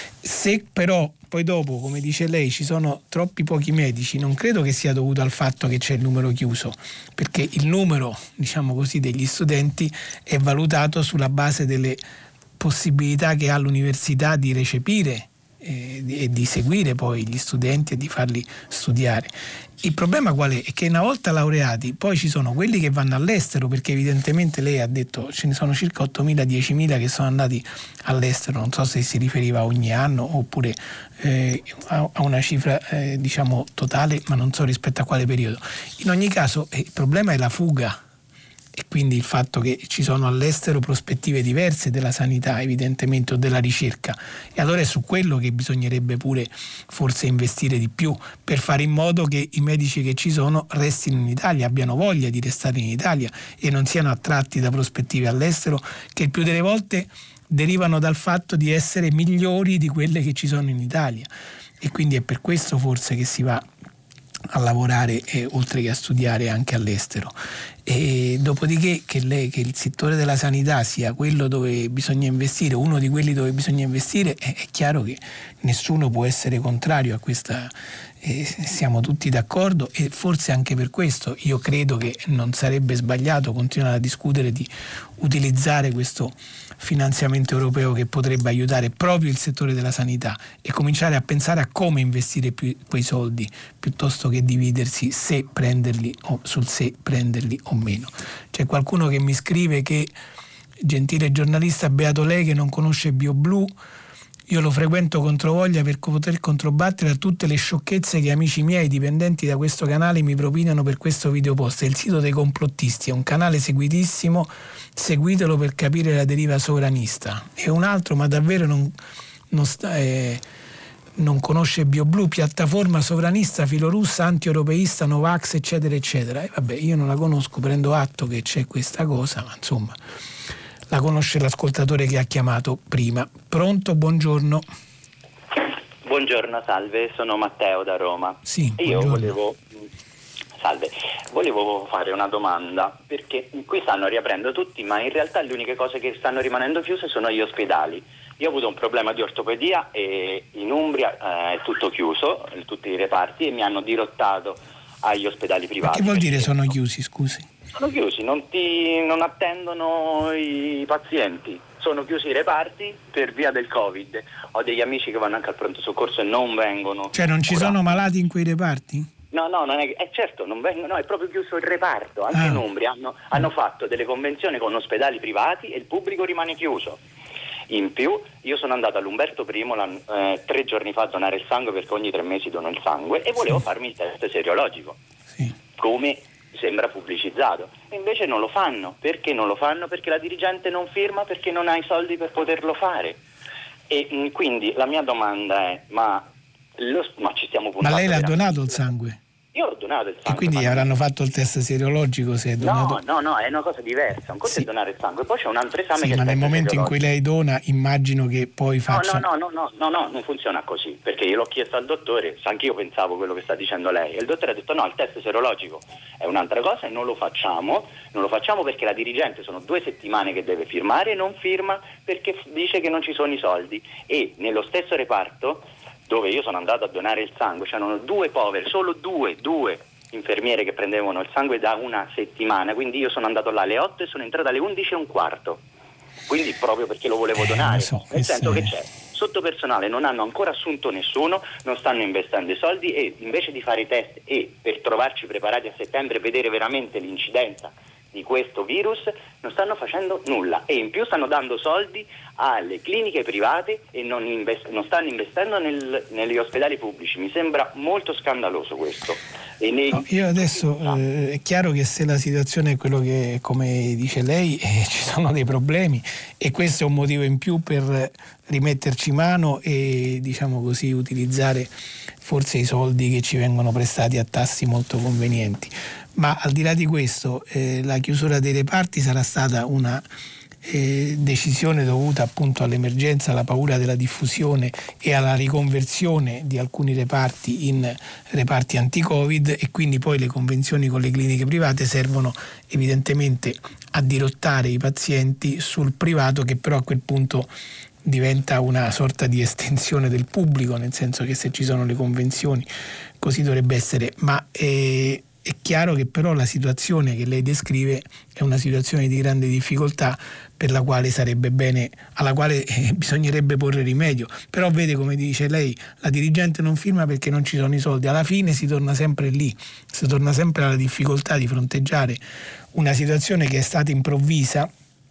Se però poi dopo, come dice lei, ci sono troppi pochi medici, non credo che sia dovuto al fatto che c'è il numero chiuso, perché il numero, diciamo così, degli studenti è valutato sulla base delle possibilità che ha l'università di recepire eh, e di seguire poi gli studenti e di farli studiare. Il problema qual è? È che una volta laureati poi ci sono quelli che vanno all'estero, perché evidentemente lei ha detto ce ne sono circa ottomila diecimila che sono andati all'estero, non so se si riferiva a ogni anno oppure eh, a, a una cifra eh, diciamo totale, ma non so rispetto a quale periodo. In ogni caso eh, il problema è la fuga, e quindi il fatto che ci sono all'estero prospettive diverse della sanità evidentemente o della ricerca, e allora è su quello che bisognerebbe pure forse investire di più, per fare in modo che i medici che ci sono restino in Italia, abbiano voglia di restare in Italia e non siano attratti da prospettive all'estero che il più delle volte derivano dal fatto di essere migliori di quelle che ci sono in Italia, e quindi è per questo forse che si va a lavorare eh, oltre che a studiare anche all'estero. E dopodiché che, lei, che il settore della sanità sia quello dove bisogna investire, uno di quelli dove bisogna investire, è, è chiaro che nessuno può essere contrario a questa, eh, siamo tutti d'accordo, e forse anche per questo io credo che non sarebbe sbagliato continuare a discutere di utilizzare questo finanziamento europeo che potrebbe aiutare proprio il settore della sanità e cominciare a pensare a come investire più quei soldi, piuttosto che dividersi se prenderli o sul se prenderli o meno. C'è qualcuno che mi scrive che, gentile giornalista, beato lei che non conosce BioBlue, io lo frequento controvoglia per poter controbattere a tutte le sciocchezze che amici miei dipendenti da questo canale mi propinano per questo videopost. È il sito dei complottisti, è un canale seguitissimo, seguitelo per capire la deriva sovranista. E un altro, ma davvero non, non, sta, eh, non conosce BioBlue, piattaforma sovranista, filorussa, anti-europeista, Novax, eccetera, eccetera. E vabbè, io non la conosco, prendo atto che c'è questa cosa, ma insomma... La conosce l'ascoltatore che ha chiamato prima. Pronto, buongiorno. Buongiorno, salve, sono Matteo da Roma. Sì, io volevo salve, volevo fare una domanda, perché qui stanno riaprendo tutti, ma in realtà le uniche cose che stanno rimanendo chiuse sono gli ospedali. Io ho avuto un problema di ortopedia e in Umbria eh, è tutto chiuso, tutti i reparti, e mi hanno dirottato agli ospedali privati. Ma che vuol dire sono chiusi, scusi? Sono chiusi, non, ti, non attendono i pazienti, sono chiusi i reparti per via del Covid. Ho degli amici che vanno anche al pronto soccorso e non vengono. Cioè non ci curati. Sono malati in quei reparti? No, no, non è, eh, certo, non vengono, no, è proprio chiuso il reparto. Anche ah. in Umbria hanno, hanno fatto delle convenzioni con ospedali privati e il pubblico rimane chiuso. In più, io sono andato all'Umberto I eh, tre giorni fa a donare il sangue, perché ogni tre mesi dono il sangue, e volevo sì. farmi il test serologico, sì. come sembra pubblicizzato. E invece non lo fanno. Perché non lo fanno? Perché la dirigente non firma, perché non ha i soldi per poterlo fare. E mh, quindi la mia domanda è, ma, lo, ma ci stiamo puntando? Ma lei l'ha donato il sangue? Io l'ho donato il sangue. E quindi avranno fatto il test serologico se è donato? No, no, no, è una cosa diversa. Un conto sì. è donare il sangue, poi c'è un altro esame sì, che ma è nel momento in cui lei dona, immagino che poi faccia... No, no, no, no, no, no, non funziona così, perché io l'ho chiesto al dottore, anche io pensavo quello che sta dicendo lei, e il dottore ha detto no, il test serologico è un'altra cosa e non lo facciamo, non lo facciamo perché la dirigente sono due settimane che deve firmare e non firma perché dice che non ci sono i soldi. E nello stesso reparto dove io sono andato a donare il sangue c'erano due povere, solo due, due infermiere che prendevano il sangue da una settimana, quindi io sono andato là alle otto e sono entrato alle undici e un quarto, quindi proprio perché lo volevo donare, eh, so, nel senso che c'è sotto personale, non hanno ancora assunto nessuno, non stanno investendo i soldi e invece di fare i test e per trovarci preparati a settembre e vedere veramente l'incidenza di questo virus non stanno facendo nulla e in più stanno dando soldi alle cliniche private e non, invest- non stanno investendo nel, negli ospedali pubblici. Mi sembra molto scandaloso questo. E nei... no, io adesso eh, è chiaro che se la situazione è quello che, come dice lei, eh, ci sono dei problemi e questo è un motivo in più per rimetterci mano e, diciamo così, utilizzare forse i soldi che ci vengono prestati a tassi molto convenienti. Ma al di là di questo, eh, la chiusura dei reparti sarà stata una eh, decisione dovuta appunto all'emergenza, alla paura della diffusione e alla riconversione di alcuni reparti in reparti anti-Covid, e quindi poi le convenzioni con le cliniche private servono evidentemente a dirottare i pazienti sul privato, che però a quel punto diventa una sorta di estensione del pubblico, nel senso che se ci sono le convenzioni così dovrebbe essere, ma eh, è chiaro che però la situazione che lei descrive è una situazione di grande difficoltà per la quale sarebbe bene, alla quale eh, bisognerebbe porre rimedio. Però vede, come dice lei, la dirigente non firma perché non ci sono i soldi. Alla fine si torna sempre lì, si torna sempre alla difficoltà di fronteggiare una situazione che è stata improvvisa,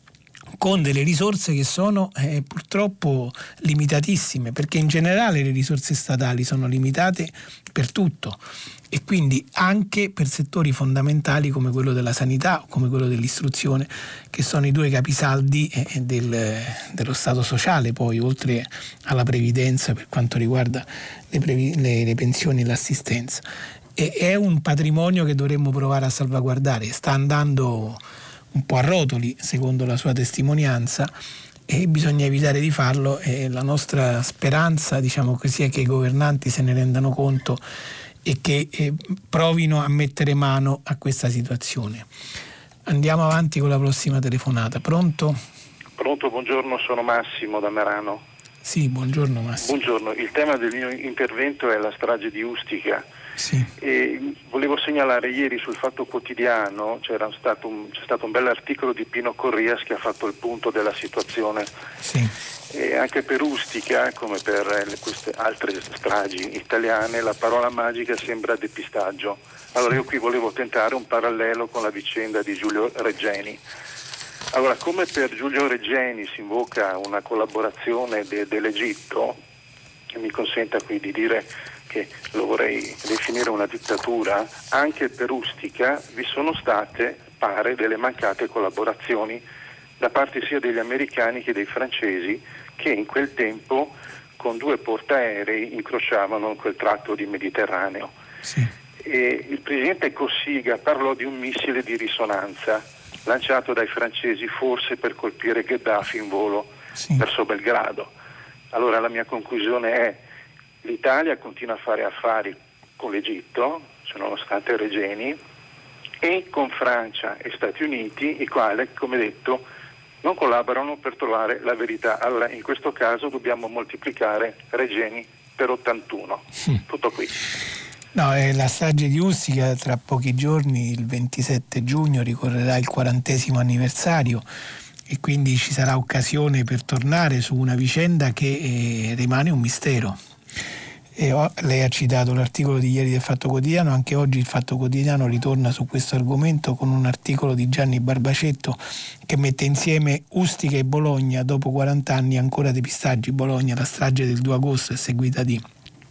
con delle risorse che sono eh, purtroppo limitatissime, perché in generale le risorse statali sono limitate per tutto e quindi anche per settori fondamentali come quello della sanità o come quello dell'istruzione, che sono i due capisaldi eh, del, dello Stato sociale, poi oltre alla previdenza per quanto riguarda le, previ- le, le pensioni e l'assistenza. E è un patrimonio che dovremmo provare a salvaguardare. Sta andando un po' a rotoli, secondo la sua testimonianza, e bisogna evitare di farlo, e la nostra speranza, diciamo così, è che i governanti se ne rendano conto e che eh, provino a mettere mano a questa situazione. Andiamo avanti con la prossima telefonata. Pronto? Pronto, buongiorno, sono Massimo da Merano. Sì, buongiorno Massimo. Buongiorno, il tema del mio intervento è la strage di Ustica. Sì. E volevo segnalare, ieri sul Fatto Quotidiano c'era stato un, c'è stato un bell'articolo di Pino Corrias che ha fatto il punto della situazione. Sì. E anche per Ustica, come per le, queste altre stragi italiane, la parola magica sembra depistaggio. Allora io qui volevo tentare un parallelo con la vicenda di Giulio Regeni. Allora, come per Giulio Regeni si invoca una collaborazione de, dell'Egitto, che mi consenta qui di dire che lo vorrei definire una dittatura, anche per Ustica vi sono state, pare, delle mancate collaborazioni da parte sia degli americani che dei francesi, che in quel tempo con due portaerei incrociavano quel tratto di Mediterraneo. Sì. E il presidente Cossiga parlò di un missile di risonanza lanciato dai francesi forse per colpire Gheddafi in volo sì. verso Belgrado. Allora la mia conclusione è: l'Italia continua a fare affari con l'Egitto, cioè nonostante Regeni, e con Francia e Stati Uniti, i quali, come detto, non collaborano per trovare la verità. Allora in questo caso dobbiamo moltiplicare Regeni per ottantuno. Mm. Tutto qui. No, eh, la strage di Ustica tra pochi giorni, il ventisette giugno, ricorrerà il quarantesimo anniversario e quindi ci sarà occasione per tornare su una vicenda che eh, rimane un mistero. E ho, lei ha citato l'articolo di ieri del Fatto Quotidiano, anche oggi il Fatto Quotidiano ritorna su questo argomento con un articolo di Gianni Barbacetto che mette insieme Ustica e Bologna, dopo quaranta anni ancora depistaggi. Bologna, la strage del due agosto è seguita di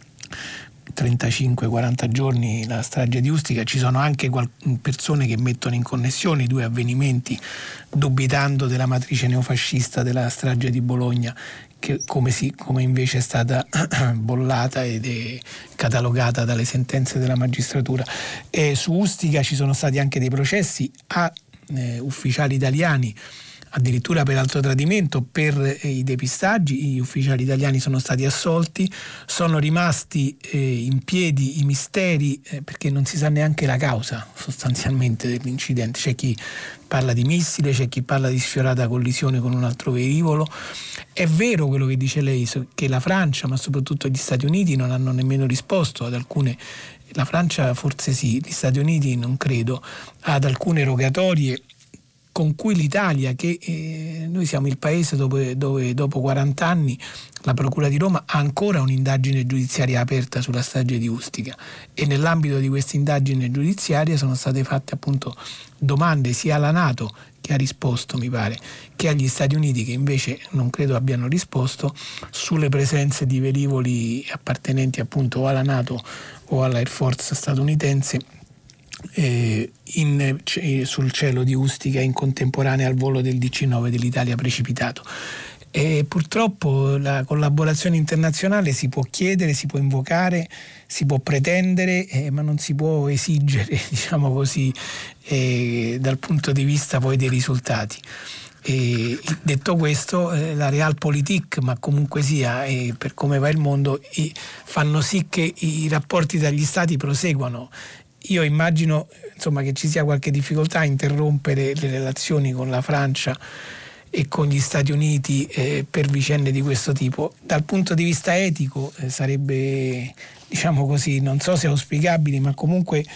trentacinque quaranta giorni la strage di Ustica. Ci sono anche qual- persone che mettono in connessione i due avvenimenti dubitando della matrice neofascista della strage di Bologna, che come, si, come invece è stata bollata ed è catalogata dalle sentenze della magistratura. E su Ustica ci sono stati anche dei processi a eh, ufficiali italiani, addirittura per alto tradimento, per eh, i depistaggi. Gli ufficiali italiani sono stati assolti, sono rimasti eh, in piedi i misteri eh, perché non si sa neanche la causa sostanzialmente dell'incidente. C'è chi parla di missile, c'è chi parla di sfiorata collisione con un altro velivolo. È vero quello che dice lei, che la Francia, ma soprattutto gli Stati Uniti, non hanno nemmeno risposto ad alcune, la Francia forse sì, gli Stati Uniti non credo, ad alcune rogatorie con cui l'Italia, che eh, noi siamo il paese dove, dove dopo quaranta anni la Procura di Roma ha ancora un'indagine giudiziaria aperta sulla strage di Ustica, e nell'ambito di questa indagine giudiziaria sono state fatte appunto domande sia alla NATO, che ha risposto mi pare, che agli Stati Uniti, che invece non credo abbiano risposto, sulle presenze di velivoli appartenenti appunto o alla NATO o all'Air Force statunitense Eh, in, c- sul cielo di Ustica in contemporanea al volo del D C nove dell'Italia precipitato. E purtroppo la collaborazione internazionale si può chiedere, si può invocare, si può pretendere, eh, ma non si può esigere, diciamo così, eh, dal punto di vista poi dei risultati. E detto questo, eh, la Realpolitik, ma comunque sia, eh, per come va il mondo, i, fanno sì che i rapporti tra gli stati proseguano. Io immagino insomma che ci sia qualche difficoltà a interrompere le relazioni con la Francia e con gli Stati Uniti eh, per vicende di questo tipo. Dal punto di vista etico eh, sarebbe, diciamo così, non so se auspicabile, ma comunque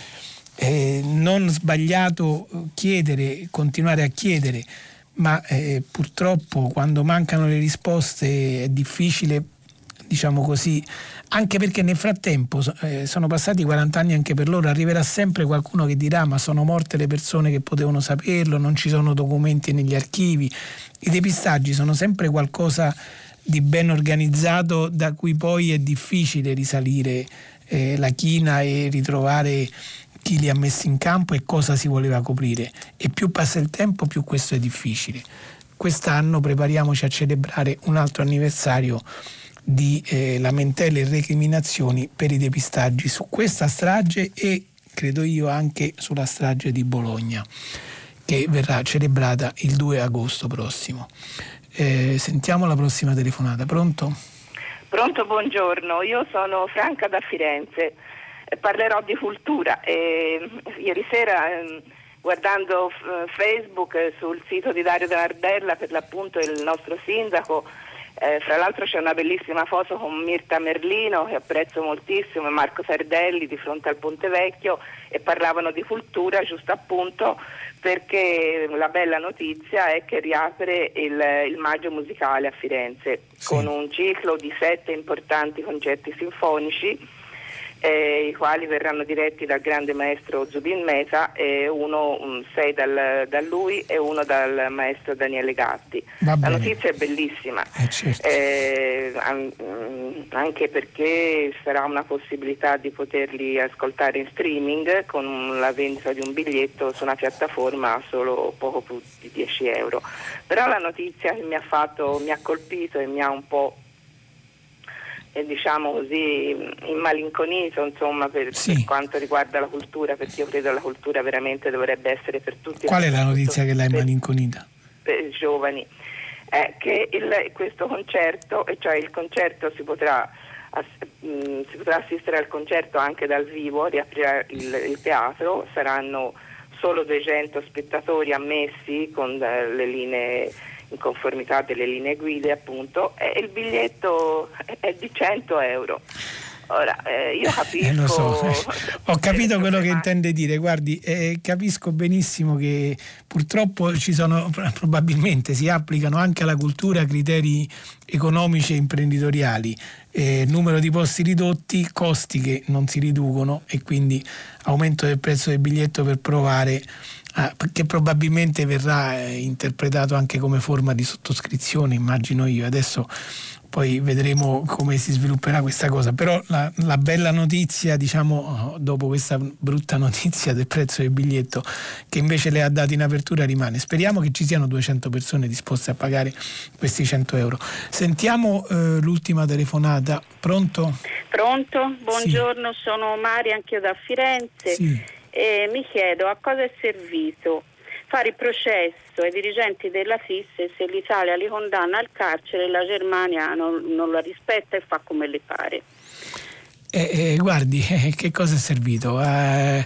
eh, non sbagliato chiedere, continuare a chiedere, ma eh, purtroppo quando mancano le risposte è difficile, diciamo così, anche perché nel frattempo eh, sono passati quaranta anni anche per loro, arriverà sempre qualcuno che dirà ma sono morte le persone che potevano saperlo, non ci sono documenti negli archivi. I depistaggi sono sempre qualcosa di ben organizzato da cui poi è difficile risalire eh, la china e ritrovare chi li ha messi in campo e cosa si voleva coprire, e più passa il tempo più questo è difficile. Quest'anno prepariamoci a celebrare un altro anniversario di eh, lamentele e recriminazioni per i depistaggi su questa strage e credo io anche sulla strage di Bologna, che verrà celebrata il due agosto prossimo. Eh, sentiamo la prossima telefonata. Pronto? Pronto, buongiorno, io sono Franca da Firenze, eh, parlerò di cultura. Eh, ieri sera eh, guardando f- Facebook eh, sul sito di Dario De Nardella, per l'appunto il nostro sindaco, Eh, fra l'altro c'è una bellissima foto con Mirta Merlino che apprezzo moltissimo e Marco Sardelli di fronte al Ponte Vecchio, e parlavano di cultura giusto appunto perché la bella notizia è che riapre il, il Maggio Musicale a Firenze, sì, con un ciclo di sette importanti concerti sinfonici eh, i quali verranno diretti dal grande maestro Zubin Mehta, e uno um, sei dal, da lui e uno dal maestro Daniele Gatti. La notizia è bellissima, eh, certo. eh, an- anche perché sarà una possibilità di poterli ascoltare in streaming con un, la vendita di un biglietto su una piattaforma a solo poco più di dieci euro. Però la notizia che mi ha fatto, mi ha colpito e mi ha un po' e diciamo così immalinconito, insomma, per, sì, per quanto riguarda la cultura, perché io credo che la cultura veramente dovrebbe essere per tutti. Qual è la notizia che l'ha immalinconita? Per i giovani, è che il, questo concerto, e cioè il concerto si potrà ass- mh, si potrà assistere al concerto anche dal vivo, riaprirà il, il teatro, saranno solo duecento spettatori ammessi con uh, le linee, in conformità delle linee guide appunto, e il biglietto è di cento euro. Ora, eh, io capisco. Eh, lo so. Ho capito quello che intende dire. Guardi, eh, capisco benissimo che purtroppo ci sono, probabilmente si applicano anche alla cultura criteri economici e imprenditoriali. Eh, numero di posti ridotti, costi che non si riducono e quindi aumento del prezzo del biglietto per provare, ah, che probabilmente verrà eh, interpretato anche come forma di sottoscrizione, immagino io. Adesso poi vedremo come si svilupperà questa cosa, però la, la bella notizia, diciamo, dopo questa brutta notizia del prezzo del biglietto che invece le ha dato in apertura, rimane. Speriamo che ci siano duecento persone disposte a pagare questi cento euro. Sentiamo eh, l'ultima telefonata. Pronto? Pronto? Buongiorno, sì. Sono Maria, anch'io da Firenze. Sì. E mi chiedo a cosa è servito fare il processo ai dirigenti della F I S se l'Italia li condanna al carcere e la Germania non, non la rispetta e fa come le pare. Eh, eh, guardi, eh, che cosa è servito? Eh,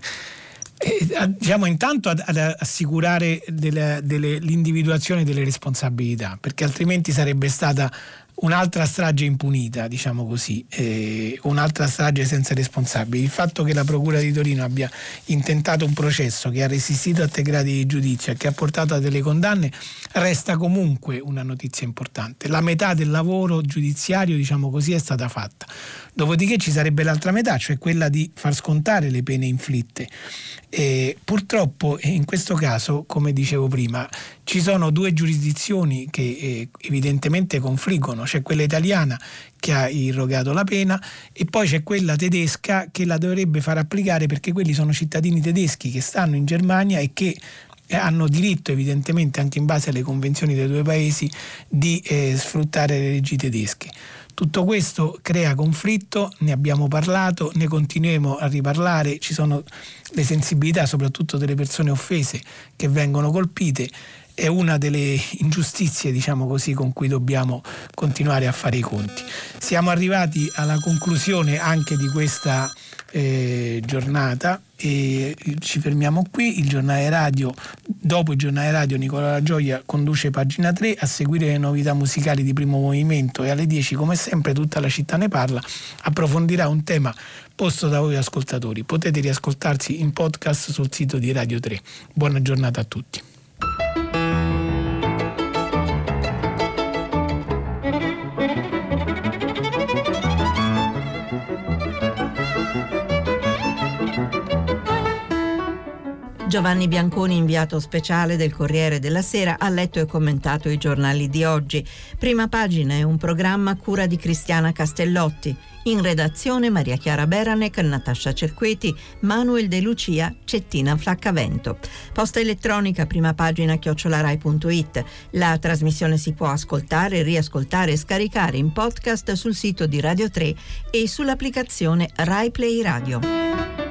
eh, diciamo intanto ad, ad assicurare delle, delle, l'individuazione delle responsabilità, perché altrimenti sarebbe stata un'altra strage impunita, diciamo così, eh, un'altra strage senza responsabili. Il fatto che la Procura di Torino abbia intentato un processo che ha resistito a tre gradi di giudizio e che ha portato a delle condanne resta comunque una notizia importante. La metà del lavoro giudiziario, diciamo così, è stata fatta. Dopodiché ci sarebbe l'altra metà, cioè quella di far scontare le pene inflitte. E purtroppo in questo caso, come dicevo prima, ci sono due giurisdizioni che eh, evidentemente confliggono. C'è quella italiana che ha irrogato la pena e poi c'è quella tedesca che la dovrebbe far applicare, perché quelli sono cittadini tedeschi che stanno in Germania e che hanno diritto, evidentemente anche in base alle convenzioni dei due paesi, di eh, sfruttare le leggi tedesche. Tutto questo crea conflitto, ne abbiamo parlato, ne continueremo a riparlare, ci sono le sensibilità soprattutto delle persone offese che vengono colpite, è una delle ingiustizie, diciamo così, con cui dobbiamo continuare a fare i conti. Siamo arrivati alla conclusione anche di questa eh, giornata e ci fermiamo qui. Il giornale radio, dopo il giornale radio Nicola La Gioia conduce Pagina tre, a seguire le novità musicali di Primo Movimento e alle dieci come sempre Tutta la città ne parla approfondirà un tema posto da voi ascoltatori. Potete riascoltarsi in podcast sul sito di Radio tre. Buona giornata a tutti. Giovanni Bianconi, inviato speciale del Corriere della Sera, ha letto e commentato i giornali di oggi. Prima Pagina è un programma a cura di Cristiana Castellotti. In redazione Maria Chiara Beranec, Natascia Cerqueti, Manuel De Lucia, Cettina Flaccavento. Posta elettronica primapagina chiocciola rai punto it. La trasmissione si può ascoltare, riascoltare e scaricare in podcast sul sito di Radio tre e sull'applicazione Rai Play Radio.